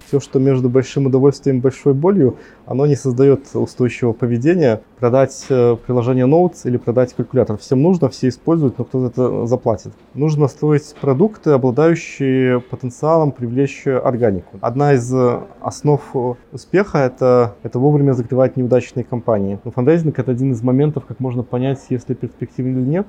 Все, что между большим удовольствием и большой болью, оно не создает устойчивого поведения. Продать приложение Notes или продать калькулятор всем нужно, все используют, но кто-то это заплатит. Нужно строить продукты, обладающие потенциалом привлечь органику. Одна из основ успеха это вовремя закрывать неудачные кампании. Но фандрейзинг — это один из моментов, как можно понять, есть ли перспектива или нет.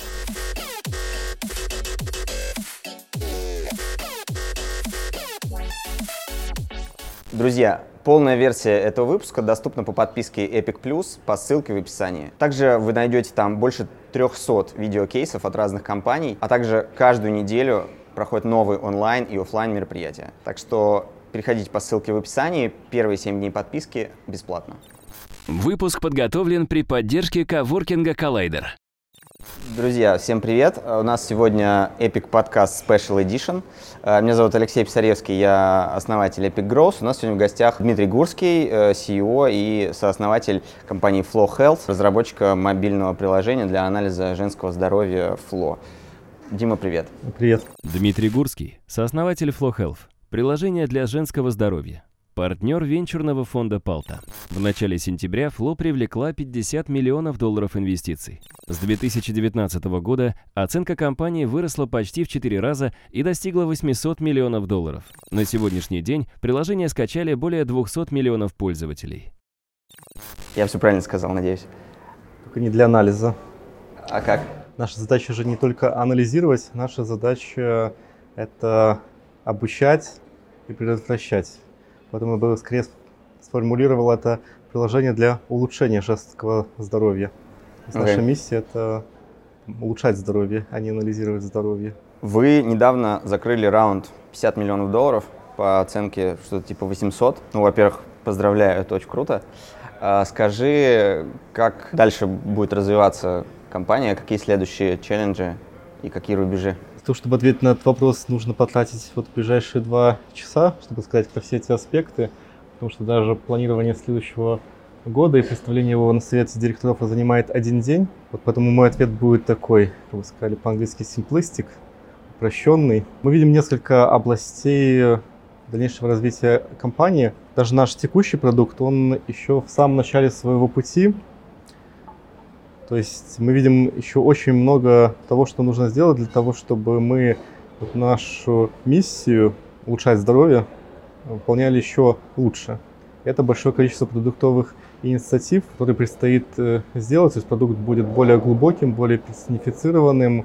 Друзья, полная версия этого выпуска доступна по подписке Epic Plus по ссылке в описании. Также вы найдете там больше 300 видеокейсов от разных компаний, а также каждую неделю проходят новые онлайн и офлайн мероприятия. Так что переходите по ссылке в описании, первые 7 дней подписки бесплатно. Выпуск подготовлен при поддержке коворкинга Collider. Друзья, всем привет! У нас сегодня Epic Podcast Special Edition. Меня зовут Алексей Писаревский, я основатель Epic Growth. У нас сегодня в гостях Дмитрий Гурский, CEO и сооснователь компании Flow Health, разработчика мобильного приложения для анализа женского здоровья Flow. Дима, привет! Привет! Дмитрий Гурский, сооснователь Flow Health, приложение для женского здоровья. Партнер венчурного фонда Palta. В начале сентября Flow привлекла $50 миллионов инвестиций. С 2019 года оценка компании выросла почти в 4 раза и достигла $800 миллионов. На сегодняшний день приложение скачали более 200 миллионов пользователей. Я все правильно сказал, надеюсь. Только не для анализа. А как? Наша задача же не только анализировать, наша задача — это обучать и предотвращать. Поэтому я бы скорее сформулировал это приложение для улучшения женского здоровья. Наша миссия — это улучшать здоровье, а не анализировать здоровье. Вы недавно закрыли раунд $50 миллионов по оценке что-то типа 800. Ну, во-первых, поздравляю, это очень круто. Скажи, как дальше будет развиваться компания, какие следующие челленджи и какие рубежи? Для того, чтобы ответить на этот вопрос, нужно потратить ближайшие 2 часа, чтобы сказать про все эти аспекты, потому что даже планирование следующего года и представление его на совете директоров занимает 1 день. Поэтому мой ответ будет такой, как вы сказали по-английски, simplistic, упрощенный. Мы видим несколько областей дальнейшего развития компании. Даже наш текущий продукт, он еще в самом начале своего пути. То есть мы видим еще очень много того, что нужно сделать для того, чтобы мы нашу миссию улучшать здоровье выполняли еще лучше. Это большое количество продуктовых инициатив, которые предстоит сделать. То есть продукт будет более глубоким, более персонифицированным,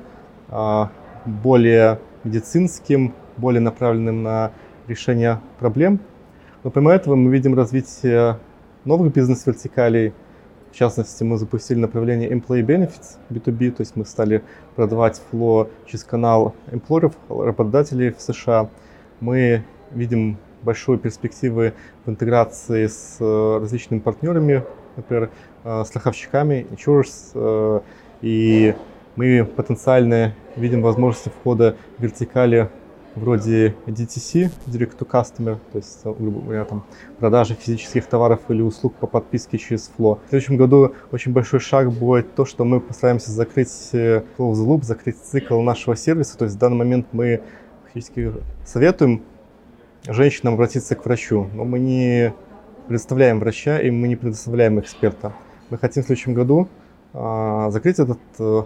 более медицинским, более направленным на решение проблем. Но помимо этого мы видим развитие новых бизнес-вертикалей. В частности, мы запустили направление Employee Benefits B2B, то есть мы стали продавать Flow через канал эмплойеров, работодателей в США. Мы видим большие перспективы в интеграции с различными партнерами, например, страховщиками, insurers, и мы потенциально видим возможности входа в вертикали вроде DTC, Direct to Customer, то есть, грубо говоря, там, продажи физических товаров или услуг по подписке через Flow. В следующем году очень большой шаг будет то, что мы постараемся закрыть Close the Loop, закрыть цикл нашего сервиса. То есть в данный момент мы фактически советуем женщинам обратиться к врачу, но мы не предоставляем врача и мы не предоставляем эксперта. Мы хотим в следующем году закрыть этот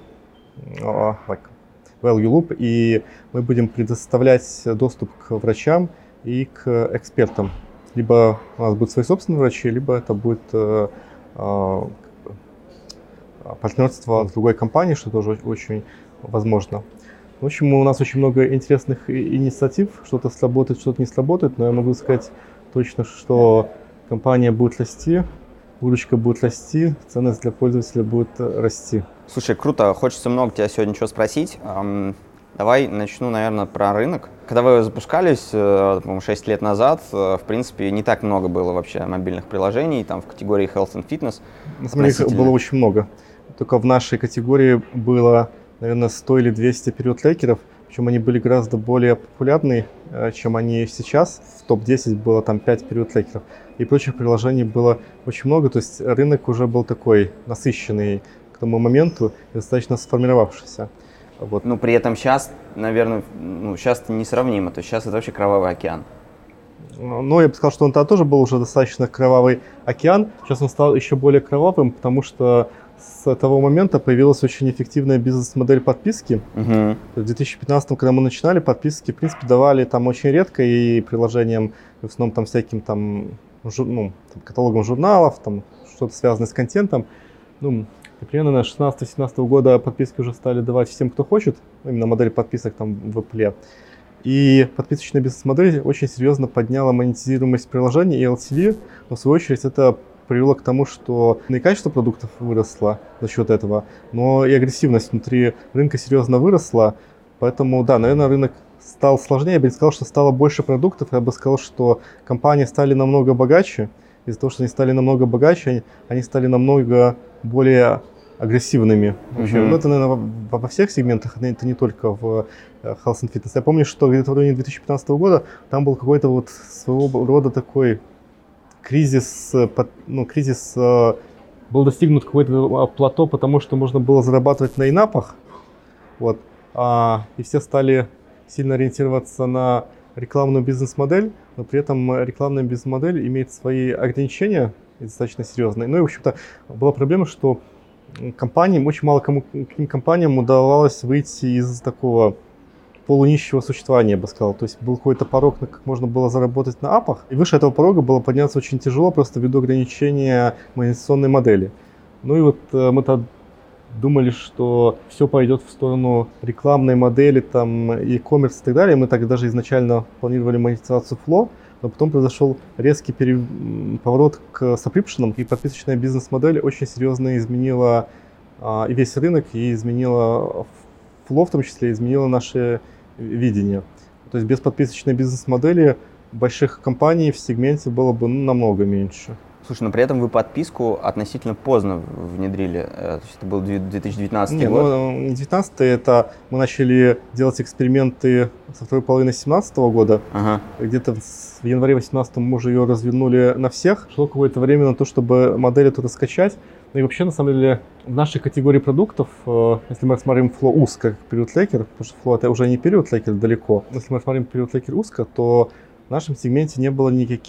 Value Loop, и мы будем предоставлять доступ к врачам и к экспертам. Либо у нас будут свои собственные врачи, либо это будет партнерство с другой компанией, что тоже очень возможно. В общем, у нас очень много интересных инициатив. Что-то сработает, что-то не сработает, но я могу сказать точно, что компания будет расти, выручка будет расти, ценность для пользователя будет расти. Слушай, круто. Хочется много тебя сегодня чего спросить. Давай начну, наверное, про рынок. Когда вы запускались, по-моему, 6 лет назад, в принципе, не так много было вообще мобильных приложений там в категории Health and Fitness. На самом деле их было очень много. Только в нашей категории было, наверное, 100 или 200 период-трекеров. Причем они были гораздо более популярны, чем они сейчас. В топ-10 было там 5 период-трекеров. И прочих приложений было очень много. То есть рынок уже был такой насыщенный к тому моменту и достаточно сформировавшийся. Вот. Ну, при этом сейчас, наверное, сейчас это несравнимо. То есть сейчас это вообще кровавый океан. Но я бы сказал, что он тогда тоже был уже достаточно кровавый океан. Сейчас он стал еще более кровавым, потому что с того момента появилась очень эффективная бизнес-модель подписки. Мгм. В 2015, когда мы начинали, подписки, в принципе, давали там очень редко и приложениям, в основном там всяким там, там каталогом журналов, там что-то связанное с контентом. Ну, и примерно на 16-17 года подписки уже стали давать всем, кто хочет, именно модель подписок там в Apple. И подписочная бизнес-модель очень серьезно подняла монетизируемость приложений и LTV, но в свою очередь это привело к тому, что и качество продуктов выросло за счет этого, но и агрессивность внутри рынка серьезно выросла. Поэтому, да, наверное, рынок стал сложнее. Я бы не сказал, что стало больше продуктов, я бы сказал, что компании стали намного богаче. Из-за того, что они стали намного богаче, они стали намного более агрессивными. Вообще, Мгм. ну, это, наверное, во всех сегментах, это не только в Health and Fitness. Я помню, что где-то в районе 2015 года там был какой-то вот своего рода такой кризис, был достигнут какой-то плато, потому что можно было зарабатывать на инапах, вот, и все стали сильно ориентироваться на рекламную бизнес-модель, но при этом рекламная бизнес-модель имеет свои ограничения, и достаточно серьезные. Ну и, в общем-то, была проблема, что компаниям, очень мало каким компаниям удавалось выйти из такого полунищего существования, я бы сказал. То есть был какой-то порог, на как можно было заработать на апах, и выше этого порога было подняться очень тяжело, просто ввиду ограничения монетизационной модели. Ну и вот мы-то думали, что все пойдет в сторону рекламной модели, там, e-commerce и так далее. Мы так даже изначально планировали монетизацию Flow, но потом произошел резкий поворот к subscription, и подписочная бизнес-модель очень серьезно изменила и весь рынок, и изменила Flow, в том числе, изменила наше видение. То есть без подписочной бизнес-модели больших компаний в сегменте было бы намного меньше. Слушай, но при этом вы подписку относительно поздно внедрили. То есть это был 2019 Не, год. ну, 19 это мы начали делать эксперименты со второй половины 2017 года. Ага. Где-то в январе 2018 мы уже ее развернули на всех. Шло какое-то время на то, чтобы модель эту раскачать. Ну и вообще, на самом деле, в нашей категории продуктов, если мы рассмотрим Flow узко как период-трекер, потому что Flow это уже не период-трекер далеко, но если мы рассмотрим период-трекер узко, то в нашем сегменте не было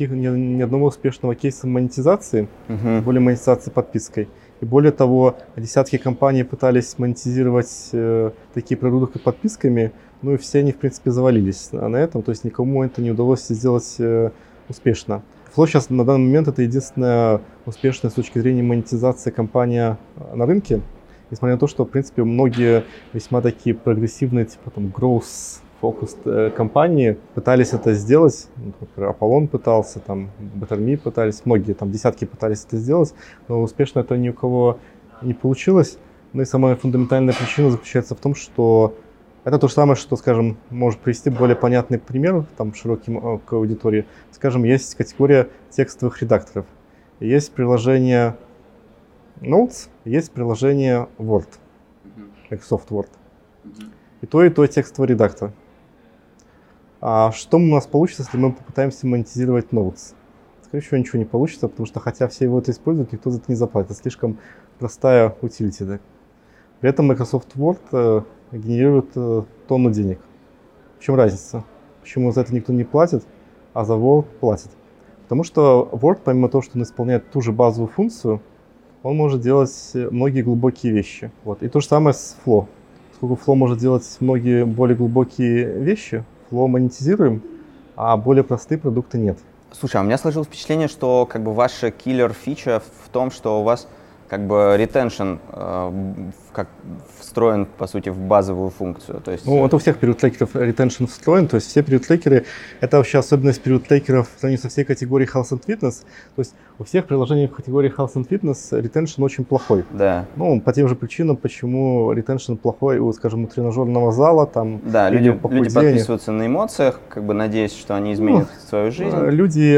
ни одного успешного кейса монетизации, Мгм. более монетизации подпиской. И более того, десятки компаний пытались монетизировать такие продукты подписками, ну и все они, в принципе, завалились на этом, то есть никому это не удалось сделать успешно. Flow сейчас на данный момент это единственная успешная с точки зрения монетизации компания на рынке, несмотря на то, что, в принципе, многие весьма такие прогрессивные, типа там growth focused компании пытались это сделать. Например, Apollon пытался, там BetterMe пытались, многие, там десятки пытались это сделать, но успешно это ни у кого не получилось. Ну и самая фундаментальная причина заключается в том, что это то же самое, что, скажем, может привести более понятный пример там широким к аудитории. Скажем, есть категория текстовых редакторов. Есть приложение Notes, есть приложение Word, Microsoft Word. И то текстовый редактор. А что у нас получится, если мы попытаемся монетизировать Notes? Скорее всего, ничего не получится, потому что, хотя все его это используют, никто за это не заплатит. Это слишком простая утилити. Да? При этом Microsoft Word генерирует тонну денег. В чем разница? Почему за это никто не платит, а за Word платит? Потому что Word, помимо того, что он исполняет ту же базовую функцию, он может делать многие глубокие вещи. Вот. И то же самое с Flow. Поскольку Flow может делать многие более глубокие вещи, Flow монетизируем, а более простые продукты нет. Слушай, а у меня сложилось впечатление, что как бы ваша киллер-фича в том, что у вас как бы ретеншн как встроен, по сути, в базовую функцию. То есть, Ну, это у всех период-трекеров ретеншн встроен, то есть все период-трекеры, это вообще особенность период-трекеров в сравнении со всей категорией Health and Fitness, то есть у всех приложений в категории Health and Fitness ретеншн очень плохой. да. Ну, по тем же причинам, почему ретеншн плохой у, скажем, у тренажерного зала, там, Да, или люди у похудения. подписываются на эмоциях, как бы надеясь, что они изменят свою жизнь. Люди,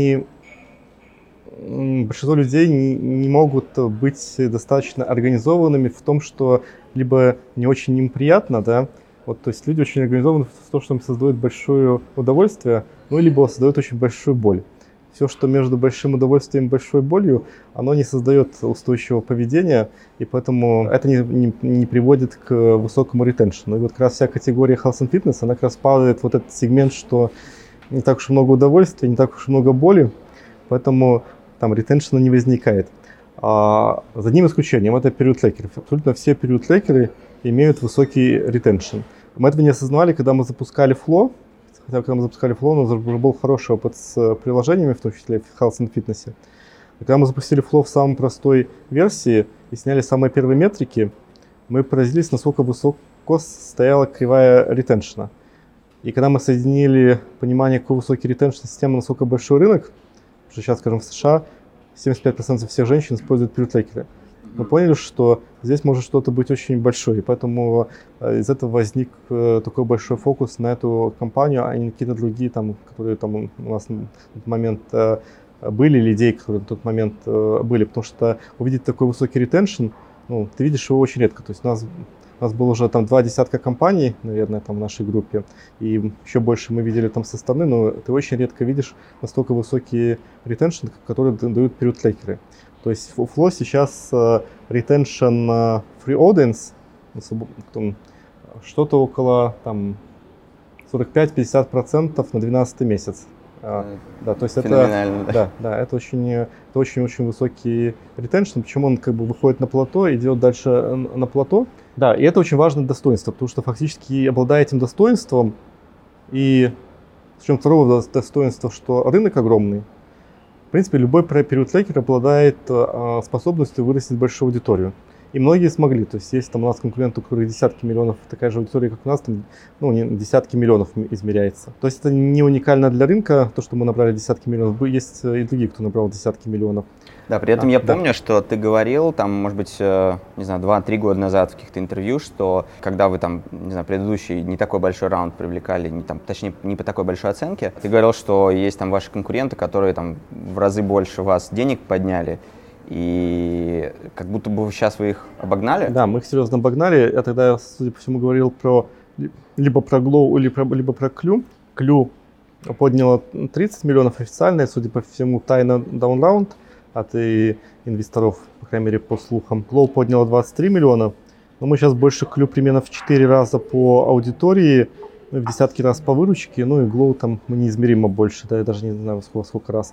большинство людей не могут быть достаточно организованными в том, что либо не очень им приятно, да, вот, то есть люди очень организованы в том, что им создает большое удовольствие, ну, либо создает очень большую боль. Все, что между большим удовольствием и большой болью, оно не создает устойчивого поведения, и поэтому это не приводит к высокому ретеншну. И вот как раз вся категория Health and Fitness, она как раз падает вот этот сегмент, что не так уж и много удовольствия, не так уж и много боли, поэтому там ретеншена не возникает. За одним исключением это период-трекеры. Абсолютно все период-трекеры имеют высокий ретеншн. Мы этого не осознавали, когда мы запускали Flow. Хотя, когда мы запускали Flow, у нас уже был хороший опыт с приложениями, в том числе в Health and Fitness. Когда мы запустили Flow в самой простой версии и сняли самые первые метрики, мы поразились, насколько высоко стояла кривая ретеншена. И когда мы соединили понимание, какой высокий ретеншн системы, насколько большой рынок, потому что сейчас, скажем, в США 75% всех женщин используют период-трекеры, мы поняли, что здесь может что-то быть очень большое, и поэтому из этого возник такой большой фокус на эту компанию, а не какие-то другие, там, которые там у нас на тот момент были, или идеи, которые на тот момент были, потому что увидеть такой высокий ретеншн, ну, ты видишь его очень редко. То есть у нас было уже там 2 десятка компаний, наверное, там в нашей группе, и еще больше мы видели там со стороны, но ты очень редко видишь настолько высокие ретеншн, которые дают период-трекеры. То есть у Flow сейчас retention free audience что-то около там 45-50% на 12 месяц. Да, то есть феноменально, это очень высокий ретеншн. Почему он как бы выходит на плато, идет дальше на плато. Да, и это очень важное достоинство, потому что фактически обладая этим достоинством, и причем второго достоинства, что рынок огромный, в принципе, любой период-трекер обладает способностью вырастить большую аудиторию. И многие смогли. То есть есть там у нас конкуренты, у которых десятки миллионов, такая же аудитория, как у нас, там, ну, не десятки миллионов измеряется. То есть это не уникально для рынка, то, что мы набрали десятки миллионов. Есть и другие, кто набрал десятки миллионов. Да, при этом я помню, что ты говорил, там, может быть, не знаю, 2-3 года назад в каких-то интервью, что когда вы там, не знаю, предыдущий не такой большой раунд привлекали, точнее, не по такой большой оценке, ты говорил, что есть там ваши конкуренты, которые там в разы больше вас денег подняли, и как будто бы сейчас вы их обогнали? Да, мы их серьезно обогнали. Я тогда, судя по всему, говорил либо про Glow, либо про Clue. Clue подняла 30 миллионов официально, судя по всему, тайна даунраунд от инвесторов, по крайней мере, по слухам. Glow подняла 23 миллиона, но мы сейчас больше Clue примерно в 4 раза по аудитории, в десятки раз по выручке, ну и Glow там мы неизмеримо больше, да, я даже не знаю, сколько раз.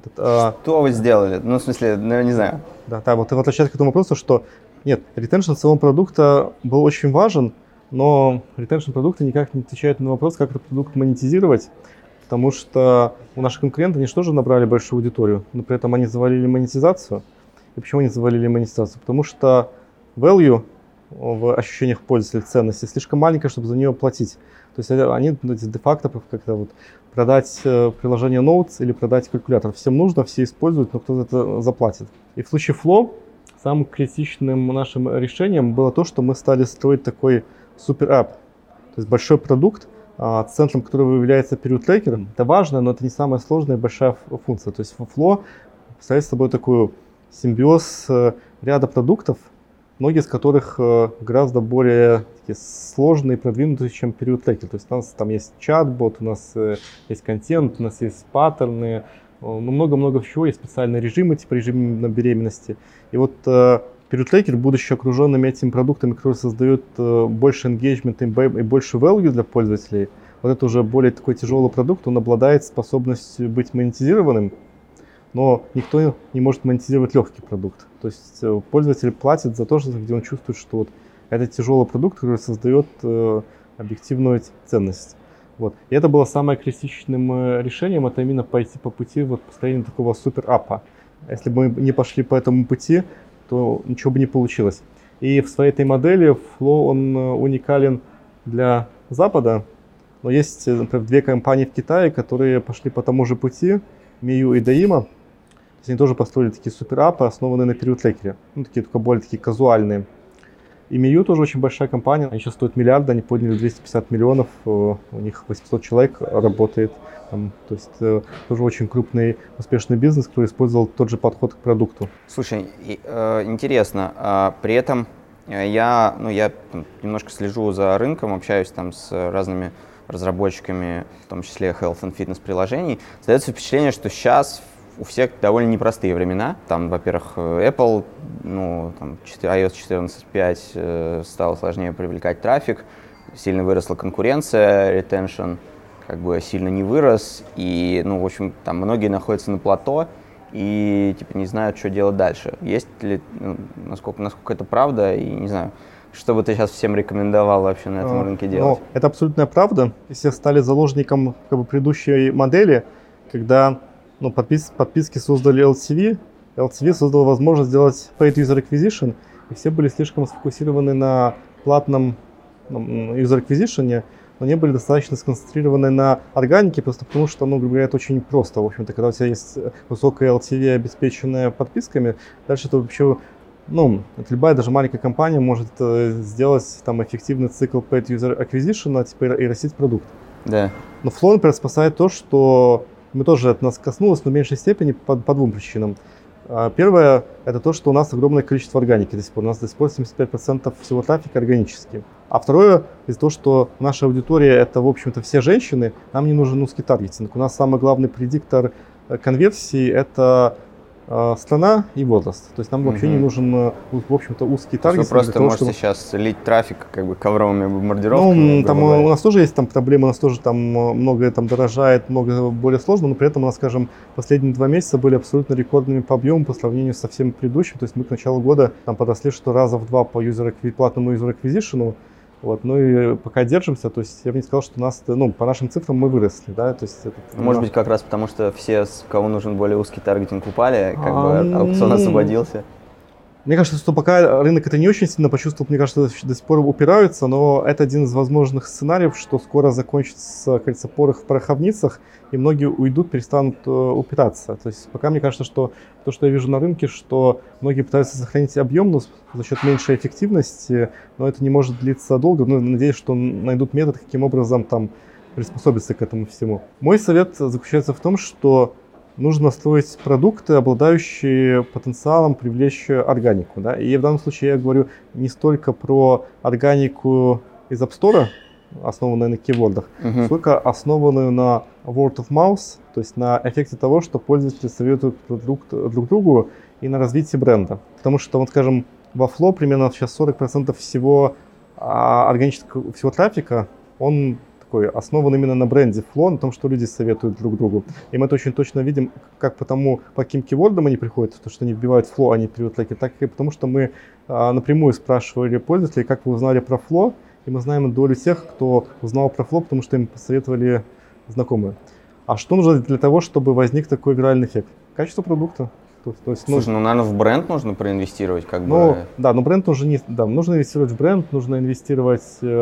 Что вы сделали? Ну, в смысле, наверное, не знаю. Да, вот и возвращаясь к этому вопросу, что нет, ретеншн самого продукта был очень важен, но ретеншн продукта никак не отвечает на вопрос, как этот продукт монетизировать, потому что у наших конкурентов они тоже набрали большую аудиторию, но при этом они завалили монетизацию. И почему они завалили монетизацию? Потому что value в ощущениях пользователя, ценности слишком маленькая, чтобы за нее платить. То есть они де-факто как-то вот продать приложение Notes или продать калькулятор. Всем нужно, все используют, но кто за это заплатит. И в случае Flow самым критичным нашим решением было то, что мы стали строить такой супер-ап. То есть большой продукт, центром которого является период-трекер. Это важно, но это не самая сложная и большая функция. То есть Flow представляет собой такой симбиоз ряда продуктов, многие из которых гораздо более сложные и продвинутые, чем период-трекер. То есть у нас там есть чат-бот, у нас есть контент, у нас есть паттерны, много-много всего, есть специальные режимы, типа режим беременности. И вот период-трекер, будучи окруженными этими продуктами, которые создают больше engagement и больше value для пользователей, вот это уже более такой тяжелый продукт, он обладает способностью быть монетизированным, но никто не может монетизировать легкий продукт. То есть пользователь платит за то, где он чувствует, что вот это тяжелый продукт, который создает объективную ценность. Вот. И это было самым критичным решением, это именно пойти по пути вот, построения такого супер-апа. Если бы мы не пошли по этому пути, то ничего бы не получилось. И в своей этой модели Flow, он уникален для Запада, но есть, например, 2 компании в Китае, которые пошли по тому же пути, Miu и Daima. То есть они тоже построили такие супер-апы, основанные на период-трекере, ну, такие только более такие казуальные. И Miu тоже очень большая компания, они сейчас стоят миллиарды, они подняли 250 миллионов, у них 800 человек работает. Там, то есть тоже очень крупный, успешный бизнес, который использовал тот же подход к продукту. Слушай, интересно, при этом я немножко слежу за рынком, общаюсь там с разными разработчиками, в том числе Health and Fitness приложений. Создается впечатление, что сейчас у всех довольно непростые времена. Там, во-первых, Apple, там iOS 14.5 стало сложнее привлекать трафик, сильно выросла конкуренция, retention как бы сильно не вырос, и, ну, в общем, там многие находятся на плато и, типа, не знают, что делать дальше. Есть ли, ну, насколько это правда, и, не знаю, что бы ты сейчас всем рекомендовал вообще на этом рынке делать? Ну, это абсолютная правда. Все стали заложником как бы предыдущей модели, когда подписки создали LTV, LTV создал возможность сделать paid user acquisition, и все были слишком сфокусированы на платном user acquisition, но не были достаточно сконцентрированы на органике, просто потому что, ну, грубо говоря, это очень просто. В общем-то, когда у тебя есть высокая LTV, обеспеченная подписками, дальше это вообще, ну, любая, даже маленькая компания может сделать там эффективный цикл paid user acquisition, типа, и растить продукт. Да. Но Flow, например, спасает то, что мы тоже от нас коснулось, но в меньшей степени по двум причинам. Первое – это то, что у нас огромное количество органики до сих пор. У нас до сих пор 75% всего трафика органический. А второе – из-за того, что наша аудитория – это, в общем-то, все женщины, нам не нужен узкий таргетинг. У нас самый главный предиктор конверсии – это страна и возраст. То есть нам вообще не нужен, в общем-то, узкий таргетинг. Вы просто можете сейчас лить трафик как бы ковровыми бомбардировками. Ну, там у нас тоже есть там проблемы, у нас тоже там многое там дорожает, много более сложно, но при этом у нас, скажем, последние 2 месяца были абсолютно рекордными по объему по сравнению со всем предыдущим. То есть мы к началу года там подросли что раза в 2 по платному user acquisition. Вот, ну и пока держимся, то есть я бы не сказал, что у нас, ну, по нашим цифрам мы выросли, да, то есть... Может быть, как раз потому, что все, кому нужен более узкий таргетинг, упали, как бы аукцион освободился? Мне кажется, что пока рынок это не очень сильно почувствовал, мне кажется, до сих пор упираются, но это один из возможных сценариев, что скоро закончится, как говорится, порох в пороховницах, и многие уйдут, перестанут упираться. То есть пока мне кажется, что то, что я вижу на рынке, что многие пытаются сохранить объем, но за счет меньшей эффективности, но это не может длиться долго. Ну, надеюсь, что найдут метод, каким образом там приспособиться к этому всему. Мой совет заключается в том, что нужно строить продукты, обладающие потенциалом привлечь органику. Да? И в данном случае я говорю не столько про органику из App Store, основанную на кейвордах, сколько основанную на word of mouth, то есть на эффекте того, что пользователи советуют продукт друг другу, и на развитие бренда. Потому что, вот, скажем, во Flow примерно сейчас 40% всего органического всего трафика, он такой основан именно на бренде Flow, на том, что люди советуют друг другу. И мы это очень точно видим, как потому, по каким кейвордам они приходят, то, что они вбивают Flow, они переводят треки, так и потому, что мы напрямую спрашивали пользователей, как вы узнали про Flow, и мы знаем долю тех, кто узнал про Flow, потому что им посоветовали знакомые. А что нужно для того, чтобы возник такой виральный эффект? Качество продукта. Слушай, ну, наверное, в бренд нужно проинвестировать, как бы. Да, но бренд нужно не... Да, нужно инвестировать в бренд, нужно инвестировать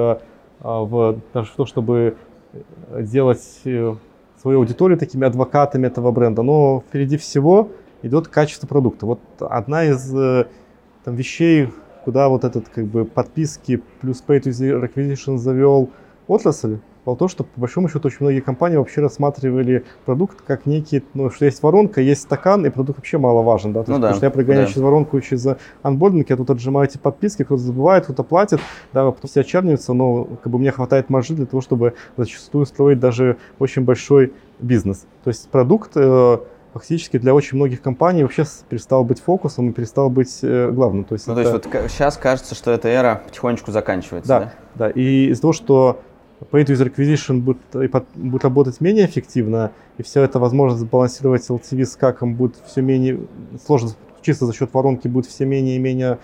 даже в то, чтобы делать свою аудиторию такими адвокатами этого бренда. Но впереди всего идет качество продукта. Вот одна из там, вещей, куда вот этот как бы подписки плюс paid user acquisition завел отрасль, было то, что по большому счету очень многие компании вообще рассматривали продукт как некий, ну, что есть воронка, есть стакан, и продукт вообще маловажен, да, потому что я прогоняю через воронку, через анбординг, я тут отжимаю эти подписки, кто-то забывает, кто-то платит, да, потом все отчерниваются, но как бы мне хватает маржи для того, чтобы зачастую строить даже очень большой бизнес. То есть продукт фактически для очень многих компаний вообще перестал быть фокусом и перестал быть главным. То есть, то есть вот сейчас кажется, что эта эра потихонечку заканчивается, да? Да, и из-за того, что paid user acquisition будет работать менее эффективно, и все это возможность сбалансировать LTV с CAC будет все менее сложно, чисто за счет воронки будет все менее и менее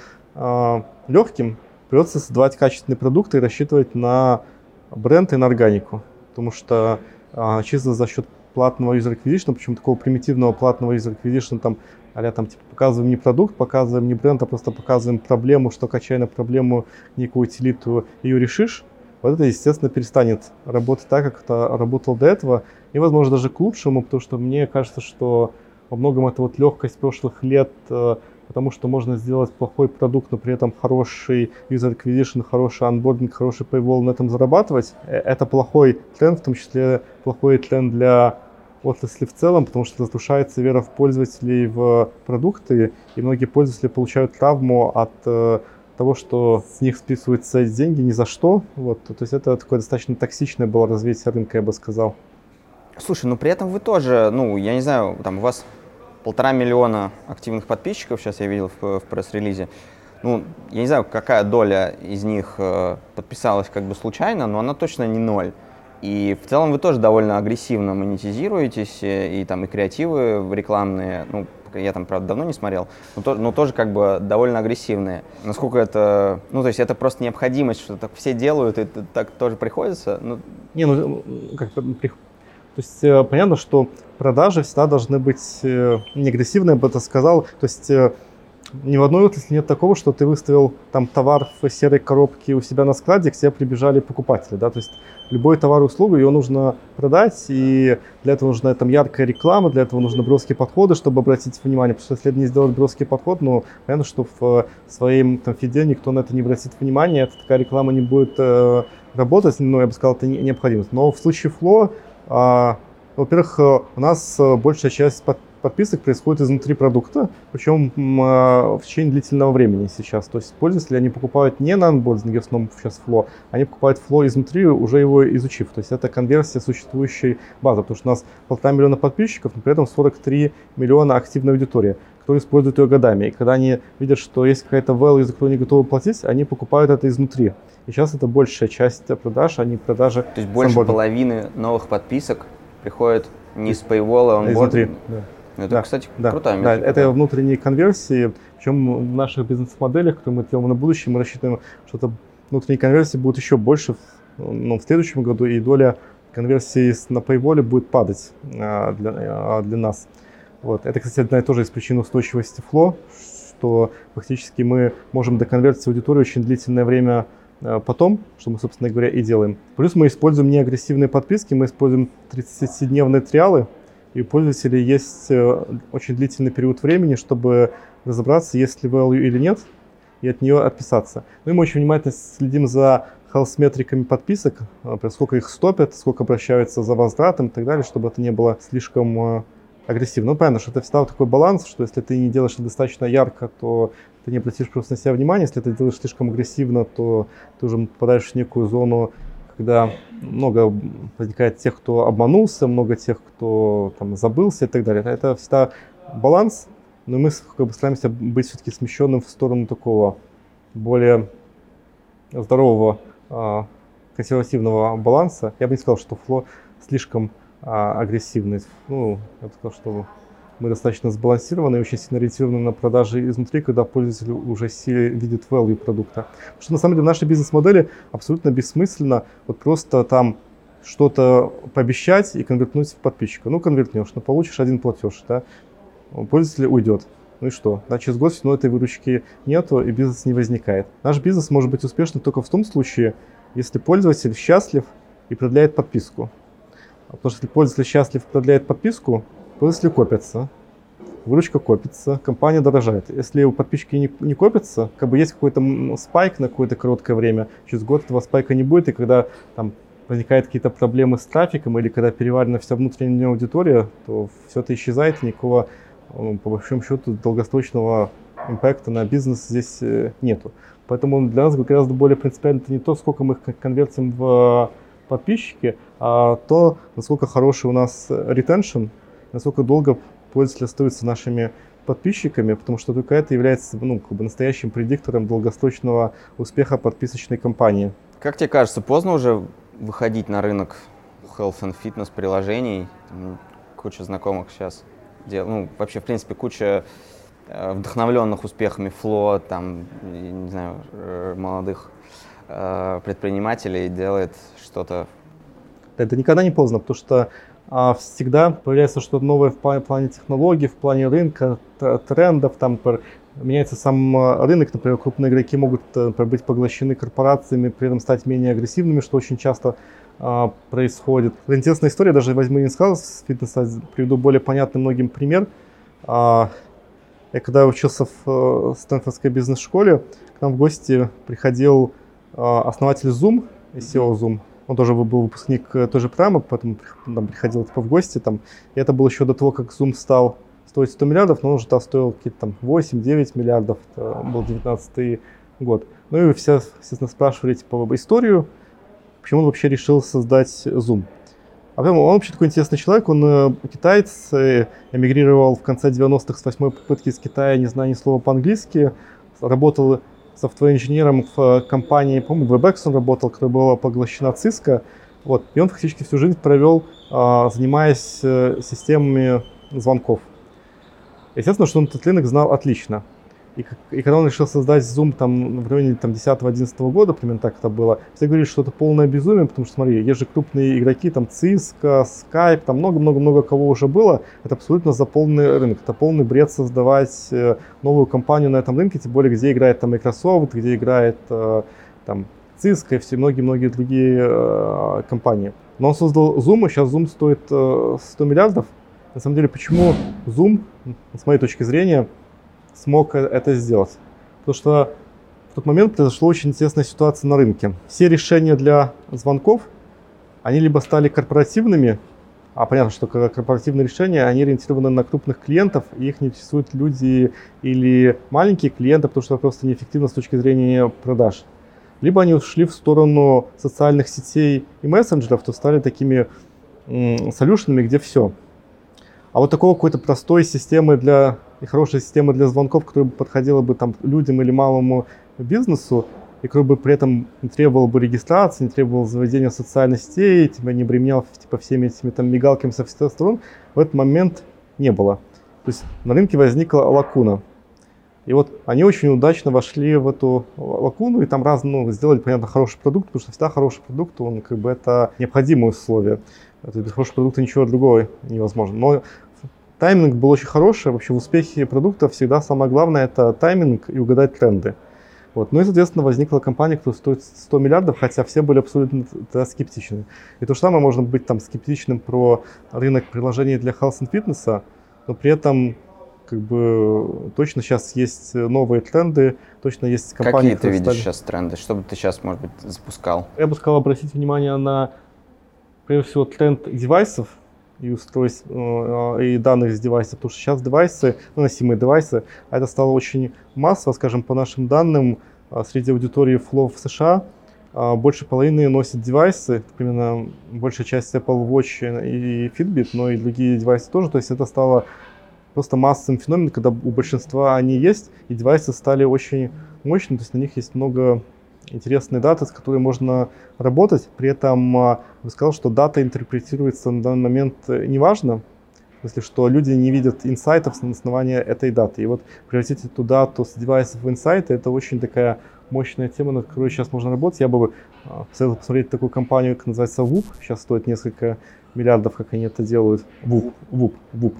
легким, придется создавать качественные продукты и рассчитывать на бренд и на органику. Потому что чисто за счет платного user acquisition, причем такого примитивного платного user acquisition, там, там типа показываем не продукт, показываем не бренд, а просто показываем проблему, что качая на проблему некую утилиту, ее решишь. Вот это, естественно, перестанет работать так, как это работало до этого, и, возможно, даже к лучшему, потому что мне кажется, что во многом это вот легкость прошлых лет, потому что можно сделать плохой продукт, но при этом хороший user acquisition, хороший онбординг, хороший paywall, на этом зарабатывать. Это плохой тренд, в том числе плохой тренд для отрасли в целом, потому что разрушается вера в пользователей в продукты, и многие пользователи получают травму от того, что с них списываются деньги ни за что. Вот. То есть это такое достаточно токсичное было развитие рынка, я бы сказал. Слушай, ну при этом вы тоже, ну я не знаю, там у вас 1,5 миллиона активных подписчиков, сейчас я видел в пресс-релизе. Ну, я не знаю, какая доля из них подписалась как бы случайно, но она точно не 0. И в целом вы тоже довольно агрессивно монетизируетесь, и там и креативы рекламные, ну, я там, правда, давно не смотрел, но тоже как бы довольно агрессивные. Насколько это, ну, то есть это просто необходимость, что так все делают, и так тоже приходится? Ну... Не, ну, как то есть понятно, что продажи всегда должны быть не агрессивные, я бы это сказал, то есть ни в одной отрасли нет такого, что ты выставил там товар в серой коробке у себя на складе, к тебе прибежали покупатели, да, то есть любой товар и услугу, ее нужно продать, и для этого нужна там яркая реклама, для этого нужны броские подходы, чтобы обратить внимание, потому что если не сделать броский подход, ну, понятно, что в своем там фиде никто на это не обратит внимания, такая реклама не будет работать, но я бы сказал, это необходимость. Но в случае Flow, во-первых, у нас большая часть подписок происходит изнутри продукта, причем в течение длительного времени сейчас. То есть пользователи, они покупают не на анбординге, в основном сейчас Flow, они покупают Flow изнутри, уже его изучив. То есть это конверсия существующей базы, потому что у нас 1,5 миллиона подписчиков, но при этом 43 миллиона активной аудитории, кто использует ее годами. И когда они видят, что есть какая-то value, за которую они готовы платить, они покупают это изнутри. И сейчас это большая часть продаж, а не продажи. То есть больше половины новых подписок приходит не с Paywall, а изнутри. Да. Это, да, кстати, да, крутая метрика. Да, это внутренние конверсии. Причем в наших бизнес-моделях, которые мы делаем на будущее, мы рассчитываем, что это внутренние конверсии будут еще больше в следующем году, и доля конверсии на Paywall будет падать для нас. Вот. Это, кстати, одна и тоже из причин устойчивости Flow, что фактически мы можем доконвертить аудиторию очень длительное время потом, что мы, собственно говоря, и делаем. Плюс мы используем не агрессивные подписки, мы используем 37-дневные триалы, и у пользователей есть очень длительный период времени, чтобы разобраться, есть ли value или нет, и от нее отписаться. Ну и мы очень внимательно следим за health-метриками подписок, сколько их стопят, сколько обращаются за возвратом и так далее, чтобы это не было слишком агрессивно. Ну, понятно, что это всегда такой баланс, что если ты не делаешь это достаточно ярко, то ты не обратишь просто на себя внимания. Если ты делаешь слишком агрессивно, то ты уже попадаешь в некую зону, когда много возникает тех, кто обманулся, много тех, кто там забылся и так далее. Это всегда баланс, но мы как бы стараемся быть все-таки смещенным в сторону такого более здорового, консервативного баланса. Я бы не сказал, что Flow слишком агрессивный. Ну, я бы сказал, что мы достаточно сбалансированы и очень сильно ориентированы на продажи изнутри, когда пользователь уже видит value продукта. Потому что на самом деле в нашей бизнес-модели абсолютно бессмысленно вот просто там что-то пообещать и конвертнуть в подписчика. Ну, конвертнешь, но получишь один платеж, да, пользователь уйдет. Ну и что? Да, через год этой выручки нету и бизнес не возникает. Наш бизнес может быть успешным только в том случае, если пользователь счастлив и продляет подписку. Потому что если пользователь счастлив и продляет подписку, пользователи копятся, выручка копится, компания дорожает. Если у подписчика не копится, как бы есть какой-то спайк на какое-то короткое время, через год этого спайка не будет, и когда там возникают какие-то проблемы с трафиком или когда переварена вся внутренняя аудитория, то все это исчезает, и никакого, по большому счету, долгосрочного импакта на бизнес здесь нету. Поэтому для нас гораздо более принципиально это не то, сколько мы их конвертим в подписчики, а то, насколько хороший у нас ретеншн, насколько долго пользователи остаются нашими подписчиками, потому что только это является настоящим предиктором долгосрочного успеха подписочной кампании. Как тебе кажется, поздно уже выходить на рынок health and fitness приложений? Куча знакомых сейчас вообще, в принципе, куча вдохновленных успехами Flow, там, не знаю, молодых предпринимателей делает что-то. Это никогда не поздно, потому что всегда появляется что-то новое в плане технологий, в плане рынка, трендов, там меняется сам рынок, например, крупные игроки могут быть поглощены корпорациями, при этом стать менее агрессивными, что очень часто происходит. Это интересная история, даже возьму не сказал с фитнеса, приведу более понятный многим пример. Я когда учился в Стэнфордской бизнес-школе, к нам в гости приходил основатель Zoom, SEO Zoom. Он тоже был выпускник той же программы, поэтому приходил в гости. И это было еще до того, как Zoom стал стоить 100 миллиардов, но он уже стоил какие-то 8-9 миллиардов, это был 19-й год. Ну и все, естественно, спрашивали историю, почему он вообще решил создать Zoom. А потом он вообще такой интересный человек, он китаец, эмигрировал в конце 90-х с 8-й попытки из Китая, не зная ни слова по-английски, работал софтвер-инженером в компании, по-моему, WebEx он работал, которая была поглощена Cisco. Вот. И он фактически всю жизнь провел, занимаясь системами звонков. Естественно, что он этот рынок знал отлично. И когда он решил создать Zoom там, в районе 10-11 года, примерно так это было, все говорили, что это полное безумие, потому что, смотри, есть же крупные игроки, там Cisco, Skype, там много-много-много кого уже было. Это абсолютно заполненный рынок. Это полный бред создавать новую компанию на этом рынке, тем более, где играет там Microsoft, где играет там Cisco и все многие-многие другие компании. Но он создал Zoom, и сейчас Zoom стоит 100 миллиардов. На самом деле, почему Zoom, с моей точки зрения, смог это сделать? Потому что в тот момент произошла очень интересная ситуация на рынке. Все решения для звонков, они либо стали корпоративными, а понятно, что корпоративные решения, они ориентированы на крупных клиентов, и их не интересуют люди или маленькие клиенты, потому что это просто неэффективно с точки зрения продаж. Либо они ушли в сторону социальных сетей и мессенджеров, то стали такими солюшенами, где все. А вот такого какой-то простой системы и хорошей системы для звонков, которая бы подходила бы там людям или малому бизнесу, и который бы при этом не требовал бы регистрации, не требовал заведения социальных сетей, тебя не обременял всеми этими там мигалками со всех сторон, в этот момент не было. То есть на рынке возникла лакуна. И вот они очень удачно вошли в эту лакуну и там сделали, понятно, хороший продукт, потому что всегда хороший продукт, он как бы это необходимое условие. Без хорошего продукта ничего другого невозможно. Но тайминг был очень хороший. Вообще в успехе продукта всегда самое главное это тайминг и угадать тренды. Вот. Ну и, соответственно, возникла компания, которая стоит 100 миллиардов, хотя все были абсолютно скептичны. И то же самое можно быть там скептичным про рынок приложений для health and fitness, но при этом как бы точно сейчас есть новые тренды, точно есть компании, Какие ты видишь сейчас тренды? Что бы ты сейчас, может быть, запускал? Я бы сказал обратить внимание на, прежде всего, тренд девайсов и устройств, и данных с девайсов, потому что сейчас девайсы, носимые девайсы, это стало очень массово, скажем, по нашим данным, среди аудитории Flow в США больше половины носят девайсы, примерно большая часть Apple Watch и Fitbit, но и другие девайсы тоже, то есть это стало просто массовым феноменом, когда у большинства они есть, и девайсы стали очень мощными, то есть на них есть много интересной даты, с которой можно работать. При этом я бы сказал, что дата интерпретируется на данный момент неважно, в смысле, что люди не видят инсайтов на основании этой даты. И вот превратить эту дату с девайсов в инсайты, это очень такая мощная тема, над которой сейчас можно работать. Я бы советовал посмотреть такую компанию, как называется WHOOP, сейчас стоит несколько миллиардов, как они это делают. WHOOP.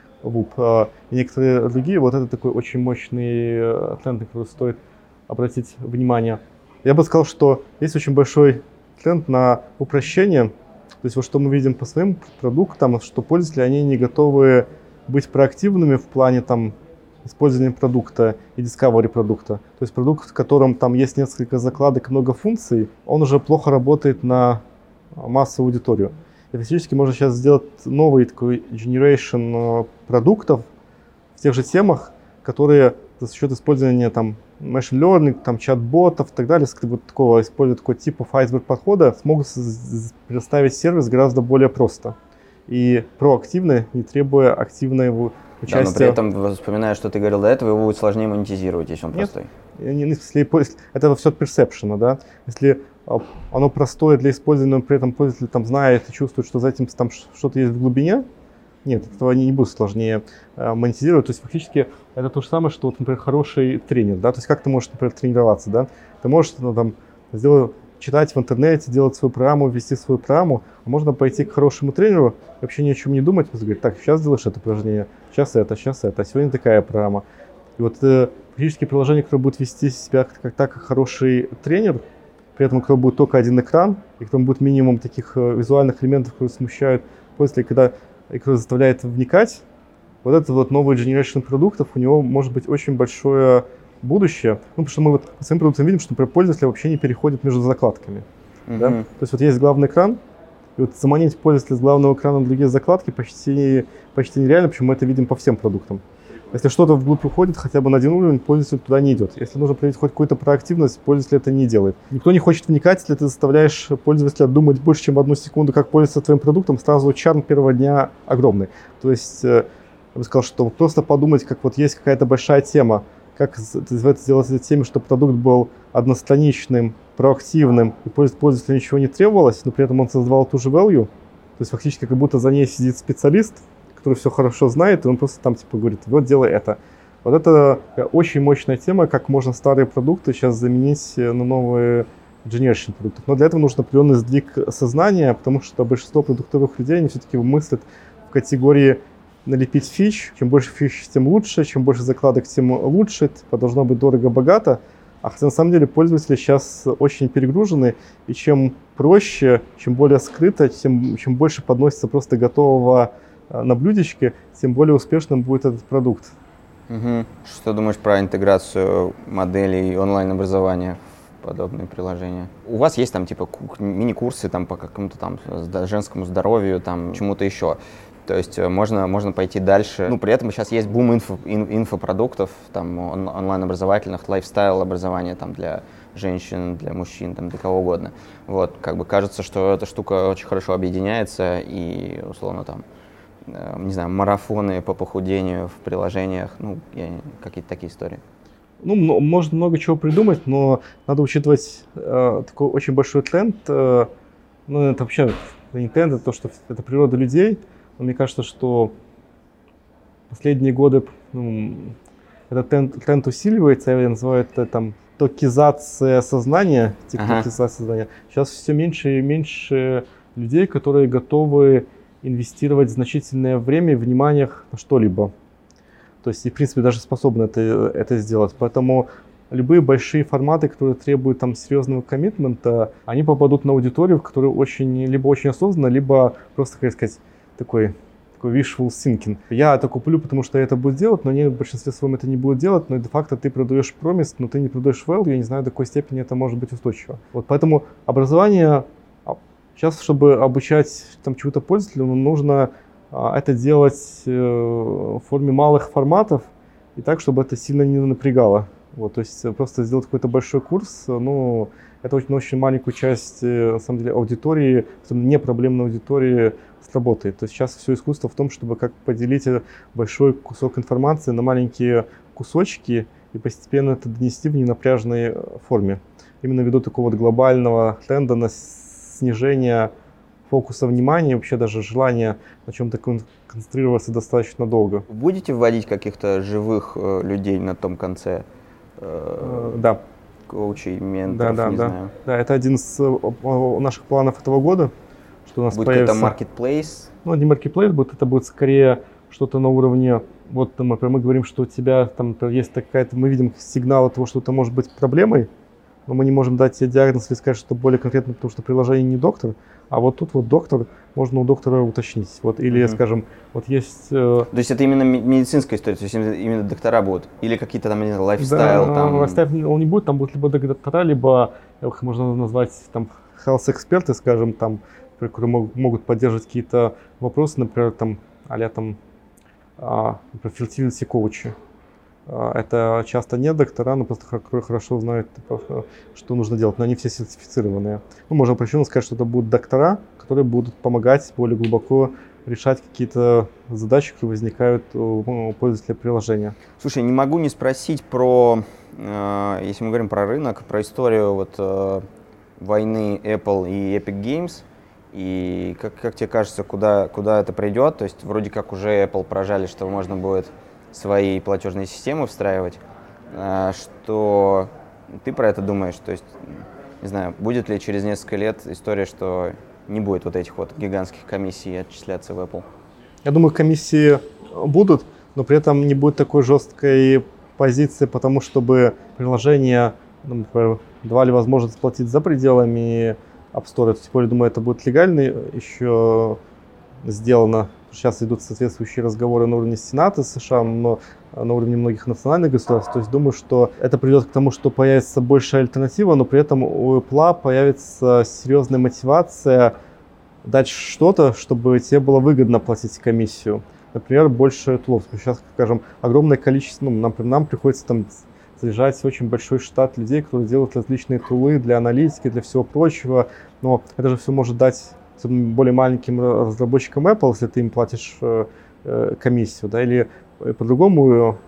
И некоторые другие, вот это такой очень мощный тренд, на который стоит обратить внимание. Я бы сказал, что есть очень большой тренд на упрощение. То есть вот что мы видим по своим продуктам, что пользователи, они не готовы быть проактивными в плане там использования продукта и discovery продукта. То есть продукт, в котором там есть несколько закладок, много функций, он уже плохо работает на массовую аудиторию. И фактически можно сейчас сделать новый такой generation продуктов в тех же темах, которые за счет использования там machine learning, там чат-ботов и так далее, вот такого, используя такой тип iceberg подхода, смогут предоставить сервис гораздо более просто и проактивно, не требуя активного участия. Да, но при этом, вспоминая, что ты говорил до этого, его будет сложнее монетизировать, если он простой. Это все от perception, да. Если оно простое для использования, но при этом пользователь там знает и чувствует, что за этим там что-то есть в глубине, нет, этого не будет сложнее монетизировать. То есть фактически это то же самое, что, вот, например, хороший тренер, да, то есть как ты можешь, например, тренироваться, да, ты можешь читать в интернете, делать свою программу, ввести свою программу, а можно пойти к хорошему тренеру и вообще ни о чем не думать, просто говорить, так, сейчас делаешь это упражнение, сейчас это, а сегодня такая программа. И вот фактически приложение, которое будет вести себя как хороший тренер, при этом у которого будет только один экран, и котором будет минимум таких визуальных элементов, которые смущают пользователя, и который заставляет вникать, вот этот вот новый generation продуктов, у него может быть очень большое будущее. Потому что мы вот по своим продуктам видим, что, например, пользователи вообще не переходят между закладками. Да? То есть вот есть главный экран, и вот заманить пользователя с главного экрана на другие закладки почти нереально, почему мы это видим по всем продуктам. Если что-то вглубь уходит, хотя бы на один уровень, пользователь туда не идет. Если нужно проявить хоть какую-то проактивность, пользователь это не делает. Никто не хочет вникать, если ты заставляешь пользователя думать больше, чем 1 секунду, как пользоваться твоим продуктом, сразу чарм первого дня огромный. То есть я бы сказал, что просто подумать, как вот есть какая-то большая тема, как это сделать этой теме, чтобы продукт был одностраничным, проактивным, и пользователю ничего не требовалось, но при этом он создавал ту же value. То есть фактически как будто за ней сидит специалист, который все хорошо знает, и он просто там типа говорит, вот делай это. Вот это очень мощная тема, как можно старые продукты сейчас заменить на новые generation продукты. Но для этого нужен определенный сдвиг сознания, потому что большинство продуктовых людей, они все-таки мыслят в категории налепить фич. Чем больше фич, тем лучше, чем больше закладок, тем лучше. Типа, должно быть дорого-богато. А хотя на самом деле пользователи сейчас очень перегружены, и чем проще, чем более скрыто, чем больше подносится просто готового на блюдечке, тем более успешным будет этот продукт. Угу. Что думаешь про интеграцию моделей онлайн-образования в подобные приложения? У вас есть там типа мини-курсы там, по какому-то там женскому здоровью, там чему-то еще. То есть можно пойти дальше. Ну, при этом сейчас есть бум инфопродуктов, там, онлайн-образовательных, лайфстайл-образования там, для женщин, для мужчин, там, для кого угодно. Вот, как бы кажется, что эта штука очень хорошо объединяется и, условно, там, не знаю, марафоны по похудению в приложениях, ну, какие-то такие истории. Ну, можно много чего придумать, но надо учитывать такой очень большой тренд. Ну, это вообще не тренд, это то, что это природа людей. Но мне кажется, что последние годы этот тренд усиливается, я называю это там токизация сознания, тиктокизация сознания. Сейчас все меньше и меньше людей, которые готовы инвестировать значительное время и внимание на что-либо. То есть, и, в принципе, даже способны это сделать. Поэтому любые большие форматы, которые требуют там серьезного коммитмента, они попадут на аудиторию, в которую либо очень осознанно, либо просто, как сказать, такой wishful thinking. Я это куплю, потому что я это буду делать, но они в большинстве своем это не будут делать, но де-факто ты продаешь промис, но ты не продаешь value, я не знаю, до какой степени это может быть устойчиво. Вот поэтому образование сейчас, чтобы обучать там чему-то пользователю, нужно это делать в форме малых форматов и так, чтобы это сильно не напрягало. Вот, то есть просто сделать какой-то большой курс, ну, это очень маленькую часть, на самом деле, аудитории, не проблемной аудитории сработает. То есть сейчас все искусство в том, чтобы как поделить большой кусок информации на маленькие кусочки и постепенно это донести в ненапряжной форме. Именно ввиду такого вот глобального тренда на снижение фокуса внимания и вообще даже желания на чем-то концентрироваться достаточно долго. Будете вводить каких-то живых людей на том конце? Да. Коучей, менторов, знаю. Да, это один из наших планов этого года, что у нас будет появится... Будет это marketplace? Ну, не marketplace будет, это будет скорее что-то на уровне... Вот, например, мы говорим, что у тебя там есть такая-то... Мы видим сигнал того, что это может быть проблемой, но мы не можем дать тебе диагноз или сказать, что более конкретно, потому что приложение не доктор, а вот тут вот доктор, можно у доктора уточнить. Вот, или, скажем, вот есть... То есть это именно медицинская история, то есть именно доктора будут? Или какие-то там, не знаю, лайфстайл? Да, там... лайфстайл он не будет, там будут либо доктора, либо их можно назвать там health-эксперты, скажем, там, которые могут поддерживать какие-то вопросы, например, там, а-ля там, fertility коучи. Это часто не доктора, но просто хорошо знают, что нужно делать, но они все сертифицированные. Ну, можно упрощенно сказать, что это будут доктора, которые будут помогать более глубоко решать какие-то задачи, которые возникают у пользователя приложения. Слушай, не могу не спросить про, если мы говорим про рынок, про историю вот, войны Apple и Epic Games. И как тебе кажется, куда это придет? То есть вроде как уже Apple прожали, что можно будет свои платежные системы встраивать. Что ты про это думаешь? То есть, не знаю, будет ли через несколько лет история, что не будет вот этих вот гигантских комиссий отчисляться в Apple? Я думаю, комиссии будут, но при этом не будет такой жесткой позиции, потому чтобы приложение, например, давали возможность платить за пределами App Store. Тем более, думаю, это будет легально еще сделано. Сейчас идут соответствующие разговоры на уровне Сената США, но на уровне многих национальных государств. То есть думаю, что это приведет к тому, что появится большая альтернатива, но при этом у Apple появится серьезная мотивация дать что-то, чтобы тебе было выгодно платить комиссию. Например, больше тулов. Сейчас, скажем, огромное количество, нам приходится там содержать очень большой штат людей, которые делают различные тулы для аналитики, для всего прочего. Но это же все может дать более маленьким разработчикам Apple, если ты им платишь комиссию, да, или по-другому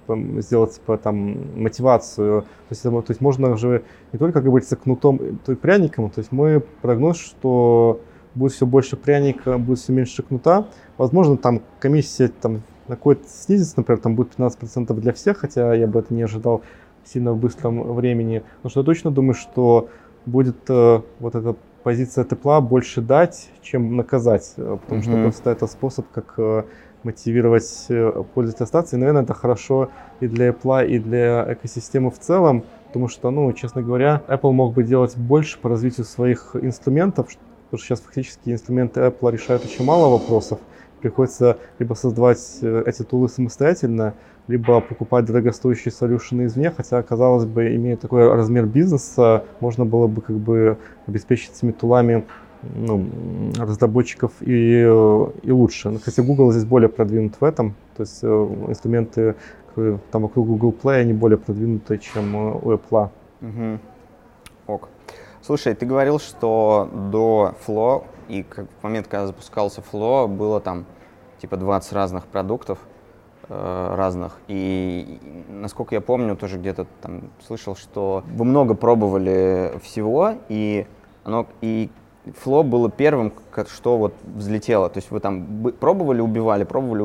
сделать типа, там, мотивацию. То есть можно же не только, как говорится, кнутом и пряником. То есть мой прогноз, что будет все больше пряника, будет все меньше кнута. Возможно, там комиссия там, на какой-то снизится, например, там будет 15% для всех, хотя я бы это не ожидал сильно в быстром времени. Но что я точно думаю, что будет вот эта позиция тепла больше дать, чем наказать, потому что просто это способ, как мотивировать пользователя остаться. И, наверное, это хорошо и для Apple, и для экосистемы в целом, потому что, ну, честно говоря, Apple мог бы делать больше по развитию своих инструментов, потому что сейчас фактически инструменты Apple решают очень мало вопросов. Приходится либо создавать эти тулы самостоятельно, либо покупать дорогостоящие солюшены извне, хотя, казалось бы, имея такой размер бизнеса, можно было бы как бы обеспечить этими тулами разработчиков и лучше. Но, кстати, Google здесь более продвинут в этом, то есть инструменты, которые там вокруг Google Play, они более продвинуты, чем у Apple. Ок. Слушай, ты говорил, что до Flow и в момент, когда запускался Flow, было там типа 20 разных продуктов разных. И насколько я помню, тоже где-то там слышал, что вы много пробовали всего, и Flow было первым, что вот взлетело. То есть вы там пробовали, убивали,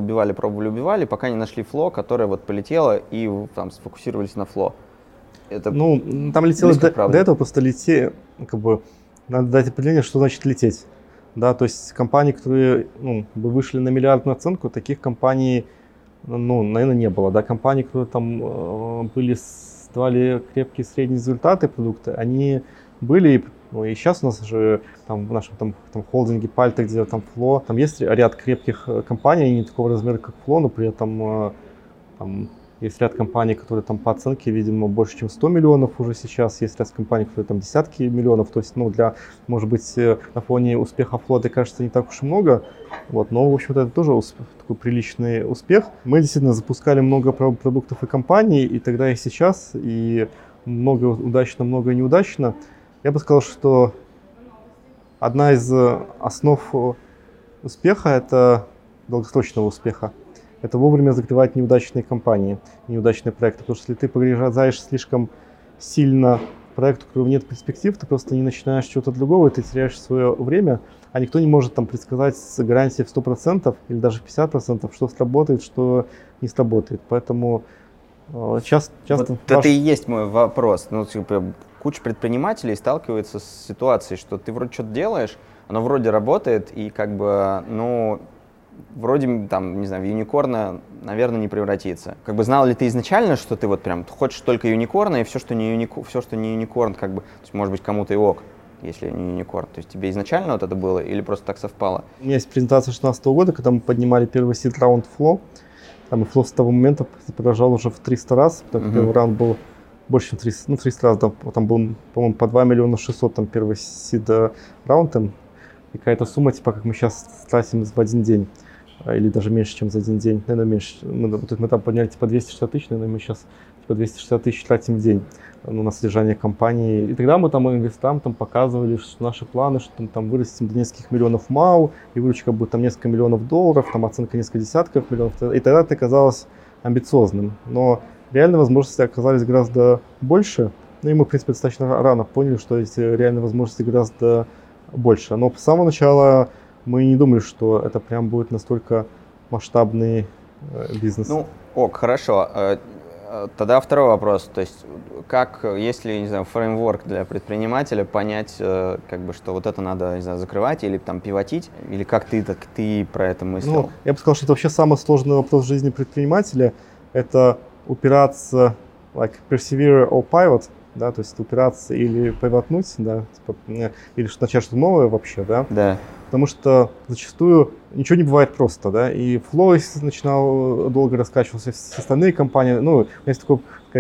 пока не нашли Flow, которое вот полетело, и вы там сфокусировались на Flow. Это там летело до этого, просто как бы, надо дать определение, что значит лететь. Да, то есть компании, которые вышли на миллиардную оценку, таких компаний, наверное, не было. Да, компании, которые там давали крепкие средние результаты продукты, они были, и сейчас у нас же там в нашем там холдинге Пальта, где там Flow, там есть ряд крепких компаний, они не такого размера, как Flow, но при этом там есть ряд компаний, которые там по оценке, видимо, больше, чем 100 миллионов уже сейчас. Есть ряд компаний, которые там десятки миллионов. То есть, для, может быть, на фоне успеха Flow, это кажется не так уж и много. Вот, но, в общем-то, это тоже такой приличный успех. Мы действительно запускали много продуктов и компаний, и тогда, и сейчас, и много удачно, много неудачно. Я бы сказал, что одна из основ успеха – это долгосрочного успеха. Это вовремя закрывать неудачные компании, неудачные проекты. Потому что если ты погружаешь слишком сильно в проект, у которого нет перспектив, ты просто не начинаешь чего-то другого, и ты теряешь свое время, а никто не может там предсказать с гарантией в 100% или даже в 50%, что сработает, что не сработает. Поэтому часто... Вот это и есть мой вопрос. Куча предпринимателей сталкивается с ситуацией, что ты вроде что-то делаешь, оно вроде работает, и как бы, вроде, там, не знаю, в юникорна, наверное, не превратится. Как бы знал ли ты изначально, что ты вот прям хочешь только юникорна, и все, что не юникорн, как бы, то есть, может быть, кому-то и ок, если не юникорн. То есть тебе изначально вот это было или просто так совпало? У меня есть презентация 2016 года, когда мы поднимали первый сид-раунд Flow. Там и Flow с того момента подорожал уже в 300 раз, потому что первый раунд был больше, чем 300 раз. Там был, по-моему, по 2 миллиона 600 там первый сид-раунд. И какая-то сумма, типа, как мы сейчас тратим в один день. Или даже меньше, чем за один день. Наверное, меньше. Мы там подняли типа 260 тысяч, наверное, мы сейчас типа 260 тысяч тратим в день на содержание компании. И тогда мы там инвесторам показывали, что наши планы, что мы там вырастем до нескольких миллионов МАУ, и выручка будет там несколько миллионов долларов, там оценка несколько десятков миллионов. И тогда это казалось амбициозным. Но реальные возможности оказались гораздо больше. И мы, в принципе, достаточно рано поняли, что эти реальные возможности гораздо больше. Но с самого начала мы не думали, что это прям будет настолько масштабный бизнес. Хорошо. Тогда второй вопрос. То есть, как, если, не знаю, фреймворк для предпринимателя понять, как бы, что вот это надо, не знаю, закрывать или там пивотить, или как ты про это мыслил? Я бы сказал, что это вообще самый сложный вопрос в жизни предпринимателя. Это упираться, persevere or pivot, да, то есть упираться или пивотнуть, да, или начать что-то новое вообще, да. Да. Потому что зачастую ничего не бывает просто, да, и Flow начинал долго раскачиваться, все остальные компании, у меня есть такое,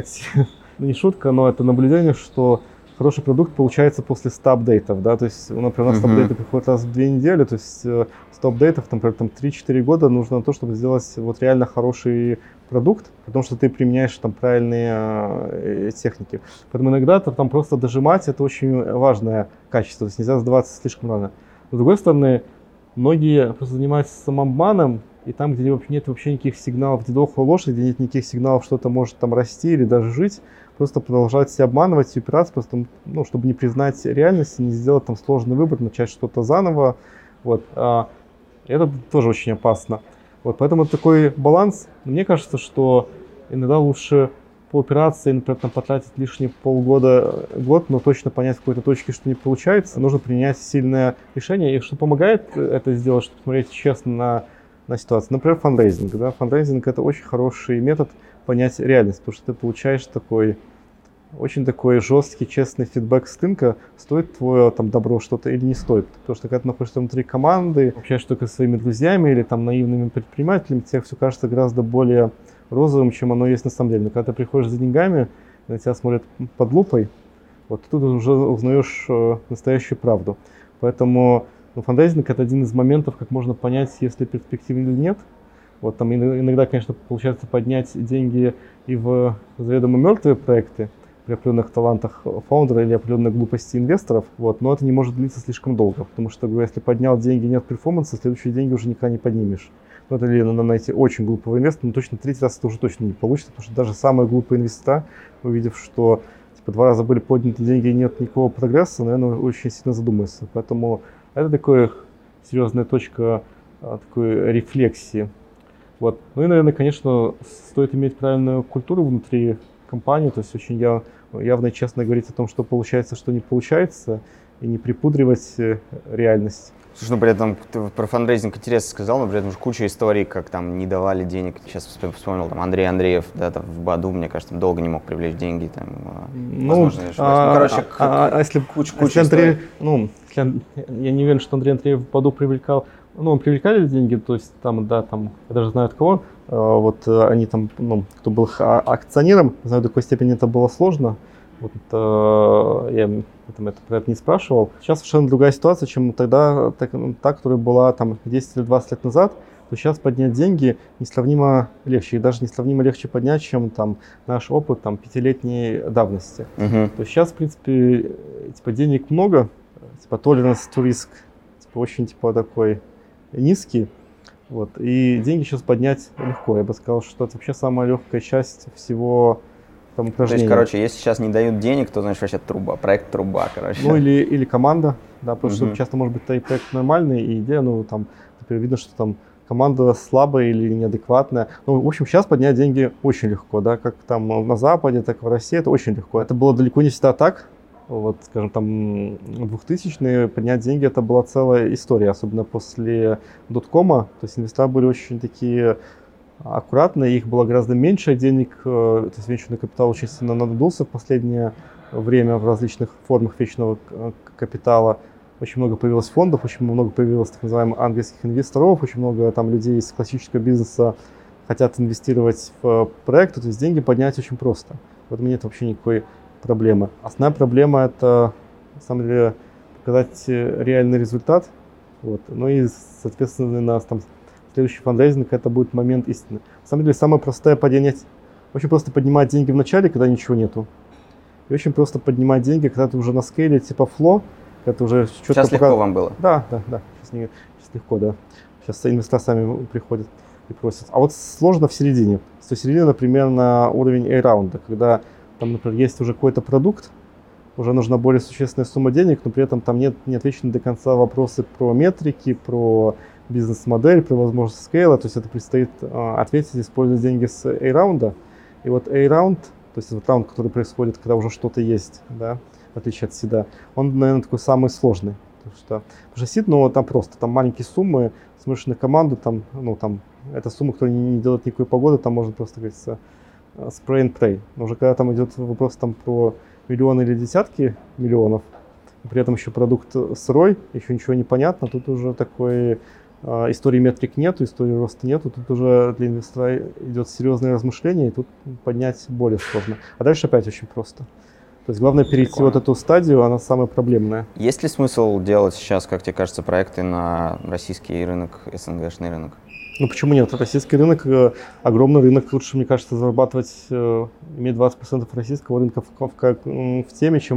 не шутка, но это наблюдение, что хороший продукт получается после 100 апдейтов, да, то есть, например, у нас апдейты приходят раз в 2 недели, то есть 100 апдейтов, например, 3-4 года нужно на то, чтобы сделать вот реально хороший продукт, потому что ты применяешь там правильные техники. Поэтому иногда там просто дожимать — это очень важное качество, то есть нельзя сдаваться слишком рано. С другой стороны, многие просто занимаются самообманом и там, где нет вообще никаких сигналов, где дохла лошадь, где нет никаких сигналов, что-то может там расти или даже жить, просто продолжать себя обманывать и упираться, просто, ну, чтобы не признать реальность, не сделать там сложный выбор, начать что-то заново. Вот. Это тоже очень опасно. Вот, поэтому такой баланс. Мне кажется, что иногда лучше поупираться и, например, там, потратить лишние полгода, год, но точно понять в какой-то точке, что не получается. Нужно принять сильное решение. И что помогает это сделать, чтобы смотреть честно на ситуацию. Например, фандрейзинг. Да? Фандрейзинг — это очень хороший метод понять реальность, потому что ты получаешь очень такой жесткий, честный фидбэк с рынка, стоит твое там добро что-то или не стоит. Потому что когда ты находишься внутри команды, общаешься только со своими друзьями или там наивными предпринимателями, тебе все кажется гораздо более розовым, чем оно есть на самом деле. Но когда ты приходишь за деньгами, на тебя смотрят под лупой, вот тут уже узнаешь настоящую правду. Поэтому фандрейзинг — это один из моментов, как можно понять, есть ли перспективы или нет. Вот там иногда, конечно, получается поднять деньги и в заведомо мертвые проекты, при определенных талантах фаундера или определенной глупости инвесторов, вот, но это не может длиться слишком долго, потому что, если поднял деньги, нет перформанса, следующие деньги уже никогда не поднимешь. Ну, это или надо найти очень глупого инвестора, но точно третий раз это уже точно не получится, потому что даже самые глупые инвестора, увидев, что 2 раза были подняты деньги и нет никакого прогресса, наверное, очень сильно задумаются. Поэтому это такая серьезная точка такой рефлексии. Вот. Ну и, наверное, конечно, стоит иметь правильную культуру внутри компании, то есть очень явно и честно говорить о том, что получается, что не получается, и не припудривать реальность. Слушай, ну при этом ты про фандрейзинг интересно сказал, но при этом же куча историй, как там не давали денег. Сейчас вспомнил, там Андрей Андреев, да, там в Баду, мне кажется, там долго не мог привлечь деньги, там, возможно, я ошибаюсь. Если Андрей, я не уверен, что Андрей Андреев в Баду привлекал, он привлекали деньги, то есть там, да, там, я даже знаю от кого, вот они там, кто был акционером, знаю, до какой степени это было сложно. Вот я про это не спрашивал. Сейчас совершенно другая ситуация, чем тогда, та, которая была там 10 или 20 лет назад. То сейчас поднять деньги несравнимо легче. И даже несравнимо легче поднять, чем там наш опыт там 5-летней давности. То есть сейчас, в принципе, денег много, tolerance to risk очень такой низкий. Вот. И деньги сейчас поднять легко. Я бы сказал, что это вообще самая легкая часть всего там упражнения. То есть, если сейчас не дают денег, то, значит, вообще труба, проект труба, Ну, или команда, да, потому что часто может быть и проект нормальный, и идея, там, теперь видно, что там команда слабая или неадекватная. Ну, в общем, сейчас поднять деньги очень легко, да, как там на Западе, так и в России, это очень легко. Это было далеко не всегда так. Вот, скажем, там 2000-е поднять деньги — это была целая история, особенно после доткома. То есть инвесторы были очень такие аккуратные, их было гораздо меньше денег, то есть венчурный капитал очень сильно надулся в последнее время в различных формах вечного капитала. Очень много появилось фондов, очень много появилось так называемых ангельских инвесторов, очень много там людей из классического бизнеса хотят инвестировать в проекты, то есть деньги поднять очень просто. В этом нет вообще никакой проблемы. Основная проблема — это, на самом деле, показать реальный результат. Вот. Ну и, соответственно, на там следующий фандрейзинг — это будет момент истины. На самом деле, самое простое поднять, очень просто поднимать деньги в начале, когда ничего нету. И очень просто поднимать деньги, когда ты уже на скейле, типа фло, когда ты уже четко сейчас легко вам было? Да. Сейчас легко, да. Сейчас инвесторы сами приходят и просят. А вот сложно в середине. То есть середина, например, на уровень A-раунда, когда там, например, есть уже какой-то продукт, уже нужна более существенная сумма денег, но при этом там не отвечены до конца вопросы про метрики, про бизнес-модель, про возможность скейла. То есть это предстоит ответить, используя деньги с A-раунда. И вот A-раунд, то есть этот раунд, который происходит, когда уже что-то есть, да, в отличие от сида, он, наверное, такой самый сложный. Потому что сид, там просто, там маленькие суммы, смотришь на команду, там это сумма, которая не делает никакой погоды, там можно просто, говорится, spray and pray. Но уже когда там идет вопрос там про миллионы или десятки миллионов, при этом еще продукт сырой, еще ничего не понятно, тут уже такой истории метрик нету, истории роста нету, тут уже для инвестора идет серьезное размышление, и тут поднять более сложно. А дальше опять очень просто. То есть главное перейти вот эту стадию, она самая проблемная. Есть ли смысл делать сейчас, как тебе кажется, проекты на российский рынок, СНГшный рынок? Ну почему нет? Российский рынок, огромный рынок, лучше, мне кажется, зарабатывать, иметь 20% российского рынка в теме, чем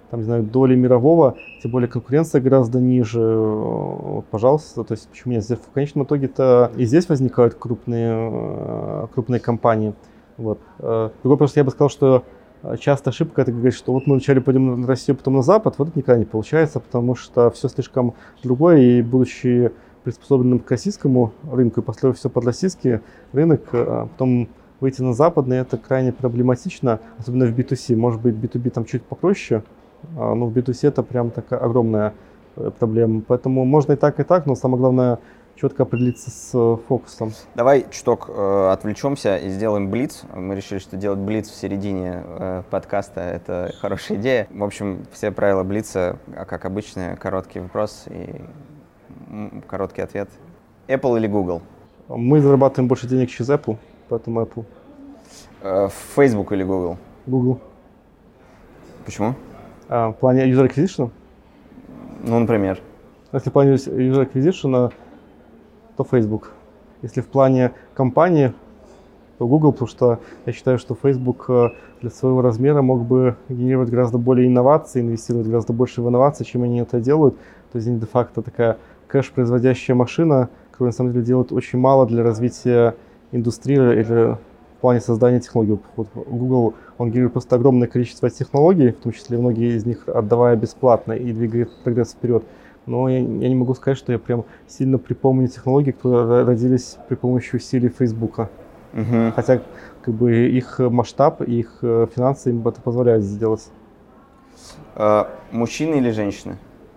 там, не знаю, доли мирового, тем более конкуренция гораздо ниже. Вот, пожалуйста, то есть почему нет? В конечном итоге-то и здесь возникают крупные компании. Вот. Другой вопрос, я бы сказал, что часто ошибка это говорить, что вот мы вначале пойдем на Россию, потом на Запад. Вот это никогда не получается, потому что все слишком другое, и будучи приспособленным к российскому рынку и построив все под российский рынок, потом выйти на западный, это крайне проблематично, особенно в B2C. Может быть, B2B там чуть попроще, но в B2C это прям такая огромная проблема. Поэтому можно и так, но самое главное четко определиться с фокусом. Давай чуток отвлечемся и сделаем блиц. Мы решили, что делать блиц в середине подкаста – это хорошая идея. В общем, все правила блица, как обычно, короткий вопрос и короткий ответ. Apple или Google? Мы зарабатываем больше денег через Apple, поэтому Apple. Facebook или Google? Google. Почему? В плане user acquisition? Ну, например. Если в плане user acquisition, то Facebook. Если в плане компании, то Google, потому что я считаю, что Facebook для своего размера мог бы генерировать гораздо более инноваций, инвестировать гораздо больше в инновации, чем они это делают. То есть они де-факто такая кэш-производящая машина, которая на самом деле делает очень мало для развития индустрии или в плане создания технологий. Вот Google, он генерирует просто огромное количество технологий, в том числе многие из них отдавая бесплатно и двигает прогресс вперед. Но я не могу сказать, что я прям сильно припомню технологии, которые родились при помощи усилий Фейсбука. Хотя как бы их масштаб, их финансы им это позволяют сделать. Мужчины или женщины?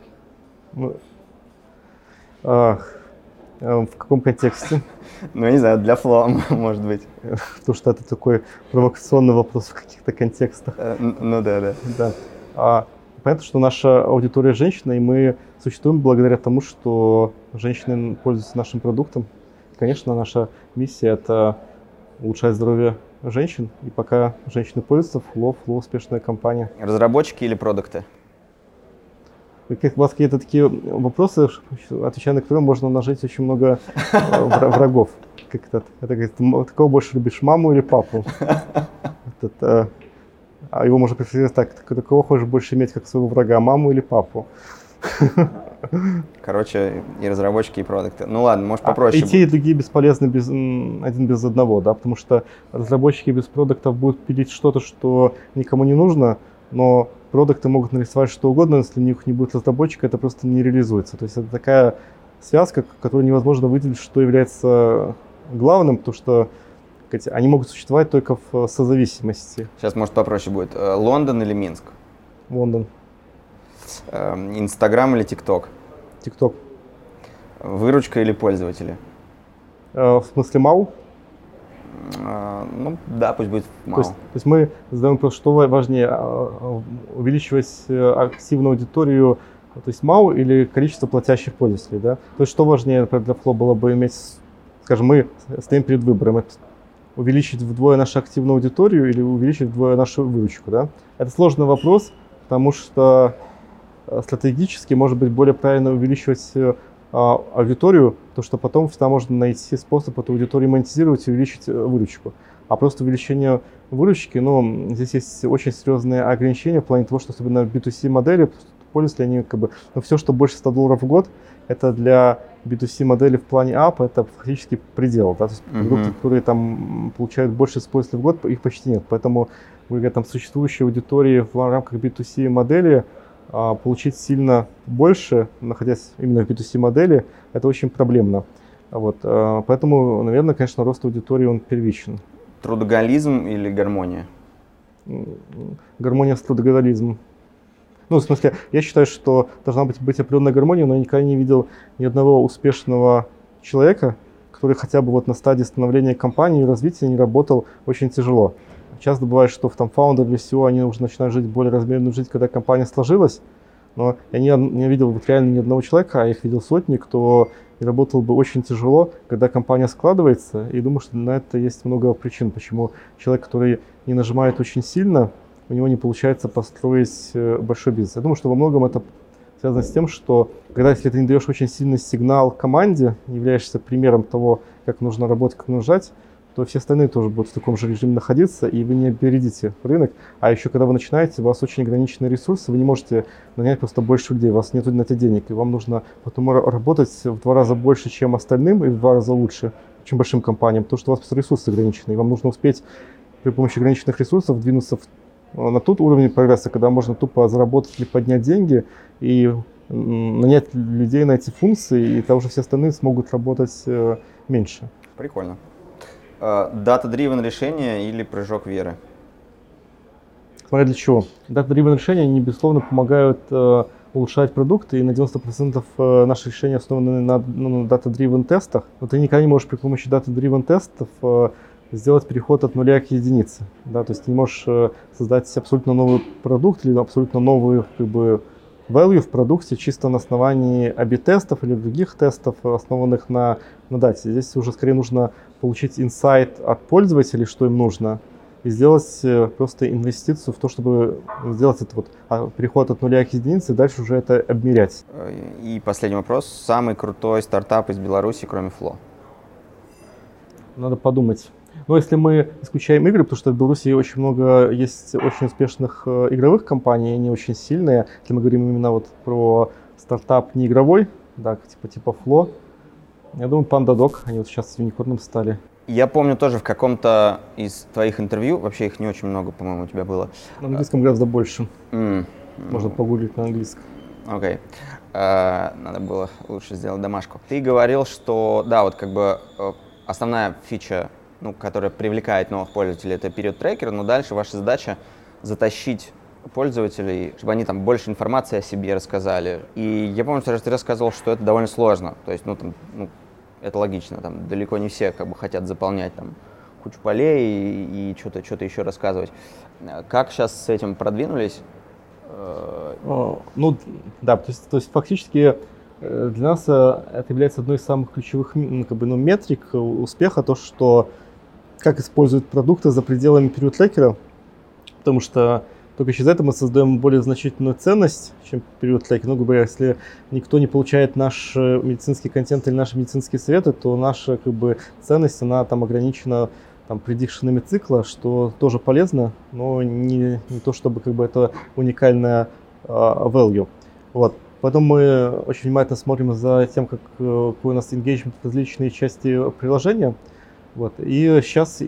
В каком контексте? Ну, я не знаю, для флоу, может быть. Потому что это такой провокационный вопрос в каких-то контекстах. Ну да. Понятно, что наша аудитория женщина, и мы существуем благодаря тому, что женщины пользуются нашим продуктом. Конечно, наша миссия – это улучшать здоровье женщин. И пока женщины пользуются, Flow успешная компания. Разработчики или продукты? У вас какие-то такие вопросы, отвечая на которые можно нажить очень много врагов. Кого больше любишь, маму или папу? А его можно представить так, кого хочешь больше иметь как своего врага, маму или папу? Короче, и разработчики, и продукты. Ну ладно, может попроще. И те, и другие бесполезны один без одного, да, потому что разработчики без продуктов будут пилить что-то, что никому не нужно, но продукты могут нарисовать что угодно, если у них не будет разработчика, это просто не реализуется. То есть это такая связка, которую невозможно выделить, что является главным, потому что они могут существовать только в созависимости. Сейчас, может, попроще будет. Лондон или Минск? Лондон. Инстаграм или ТикТок? ТикТок. Выручка или пользователи? В смысле МАУ? Ну да, пусть будет МАУ. То есть мы задаем вопрос, что важнее, увеличивать активную аудиторию, то есть МАУ или количество платящих пользователей, да? То есть что важнее, например, для Flow было бы иметь, скажем, мы стоим перед выбором, это увеличить вдвое нашу активную аудиторию или увеличить вдвое нашу выручку, да? Это сложный вопрос, потому что стратегически может быть более правильно увеличивать аудиторию, то что потом всегда можно найти способ эту аудиторию монетизировать и увеличить выручку. А просто увеличение выручки, здесь есть очень серьезные ограничения в плане того, что особенно в B2C модели пользователи, они все, что больше $100 в год, это для B2C модели в плане app, это фактически предел. Да? То есть продукты, которые там получают больше пользователей в год, их почти нет. Поэтому там существующей аудитории в рамках B2C модели получить сильно больше, находясь именно в B2C модели, это очень проблемно. Поэтому, наверное, конечно, рост аудитории он первичен. Трудоголизм или гармония? Гармония с трудоголизмом. В смысле, я считаю, что должна быть определенная гармония, но я никогда не видел ни одного успешного человека, который хотя бы на стадии становления компании и развития не работал очень тяжело. Часто бывает, что фаундер или CEO, они уже начинают жить более размеренную жизнь, когда компания сложилась. Но я не видел реально ни одного человека, а я их видел сотни, кто работал бы очень тяжело, когда компания складывается. И думаю, что на это есть много причин, почему человек, который не нажимает очень сильно, у него не получается построить большой бизнес. Я думаю, что во многом это связано с тем, что если ты не даешь очень сильный сигнал команде, не являешься примером того, как нужно работать, как нужно жать, то все остальные тоже будут в таком же режиме находиться, и вы не опередите рынок. А еще, когда вы начинаете, у вас очень ограниченные ресурсы, вы не можете нанять просто больше людей, у вас нет на это денег, и вам нужно потом работать в 2 раза больше, чем остальным, и в 2 раза лучше, чем большим компаниям, потому что у вас просто ресурсы ограничены, и вам нужно успеть при помощи ограниченных ресурсов двинуться на тот уровень прогресса, когда можно тупо заработать или поднять деньги, и нанять людей на эти функции, и тогда уже все остальные смогут работать меньше. Прикольно. Data-driven решение или прыжок веры? Смотря для чего. Data-driven решения, они, безусловно, помогают улучшать продукты, и на 90% наши решения основаны на data-driven тестах. Но ты никогда не можешь при помощи data-driven тестов сделать переход от нуля к единице. Да? То есть ты не можешь создать абсолютно новый продукт или абсолютно новый value в продукте чисто на основании A/B-тестов или других тестов, основанных на дате. Здесь уже скорее нужно получить инсайт от пользователей, что им нужно, и сделать просто инвестицию в то, чтобы сделать этот переход от нуля к единице, и дальше уже это обмерять. И последний вопрос. Самый крутой стартап из Беларуси, кроме Flow? Надо подумать. Но если мы исключаем игры, потому что в Беларуси очень много есть очень успешных игровых компаний, они очень сильные. Если мы говорим именно про стартап не игровой, да, типа Flow, я думаю, PandaDoc, они вот сейчас юникорном стали. Я помню тоже в каком-то из твоих интервью, вообще их не очень много, по-моему, у тебя было. На английском гораздо больше. Можно погуглить на английском. Окей. Надо было лучше сделать домашку. Ты говорил, что, да, вот как бы основная фича, которая привлекает новых пользователей, это период-трекер, но дальше ваша задача затащить пользователей, чтобы они там больше информации о себе рассказали. И я помню, что ты рассказывал, что это довольно сложно. То есть, это логично, там далеко не все хотят заполнять там кучу полей и что-то еще рассказывать. Как сейчас с этим продвинулись? Да, то есть фактически для нас это является одной из самых ключевых метрик успеха, то, что как используют продукты за пределами период-трекера, потому что только через это мы создаем более значительную ценность, чем период-трекер. Грубо говоря, если никто не получает наш медицинский контент или наши медицинские советы, то наша ценность, она там ограничена предикшенами цикла, что тоже полезно, но не то, чтобы это уникальная value. Вот. Потом мы очень внимательно смотрим за тем, какой у нас engagement в различные части приложения. Вот. И сейчас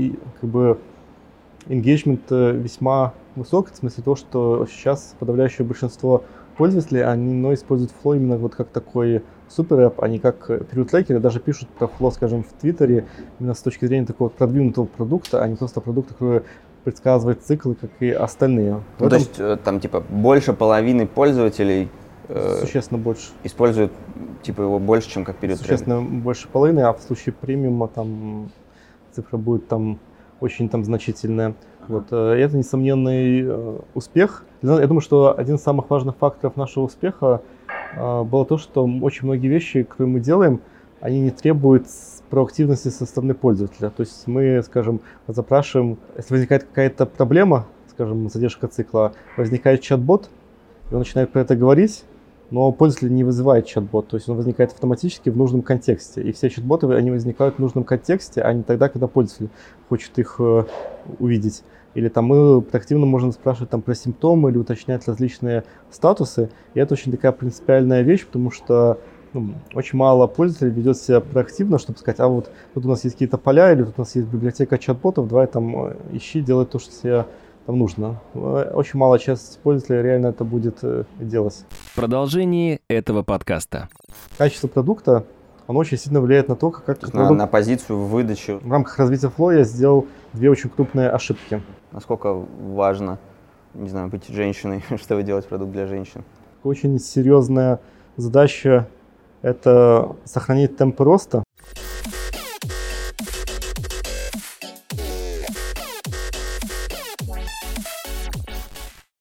engagement весьма высок, в смысле того, что сейчас подавляющее большинство пользователей, они используют Flow именно как такой супер-эп, а не как период-трекер, даже пишут про Flow, скажем, в Твиттере, именно с точки зрения такого продвинутого продукта, а не просто продукта, который предсказывает циклы, как и остальные. То есть там больше половины пользователей существенно больше. Используют его больше, чем как период-трекер? Существенно больше половины, а в случае премиума цифра будет очень значительная. Вот. Это несомненный успех. Я думаю, что один из самых важных факторов нашего успеха было то, что очень многие вещи, которые мы делаем, они не требуют проактивности со стороны пользователя. То есть мы, скажем, запрашиваем, если возникает какая-то проблема, скажем, задержка цикла, возникает чат-бот, и он начинает про это говорить, но пользователь не вызывает чат-бот, то есть он возникает автоматически в нужном контексте. И все чат-боты, они возникают в нужном контексте, а не тогда, когда пользователь хочет их увидеть. Или мы проактивно можем спрашивать про симптомы или уточнять различные статусы. И это очень такая принципиальная вещь, потому что очень мало пользователей ведет себя проактивно, чтобы сказать, вот тут у нас есть какие-то поля, или тут у нас есть библиотека чат-ботов, давай ищи, делай то, что тебе нужно. Очень малая часть пользователей реально это будет делать. В продолжении этого подкаста. Качество продукта, оно очень сильно влияет на то, как на позицию выдачи. В рамках развития Flow я сделал 2 очень крупные ошибки. Насколько важно, не знаю, быть женщиной, чтобы делать продукт для женщин? Очень серьезная задача — это сохранить темпы роста.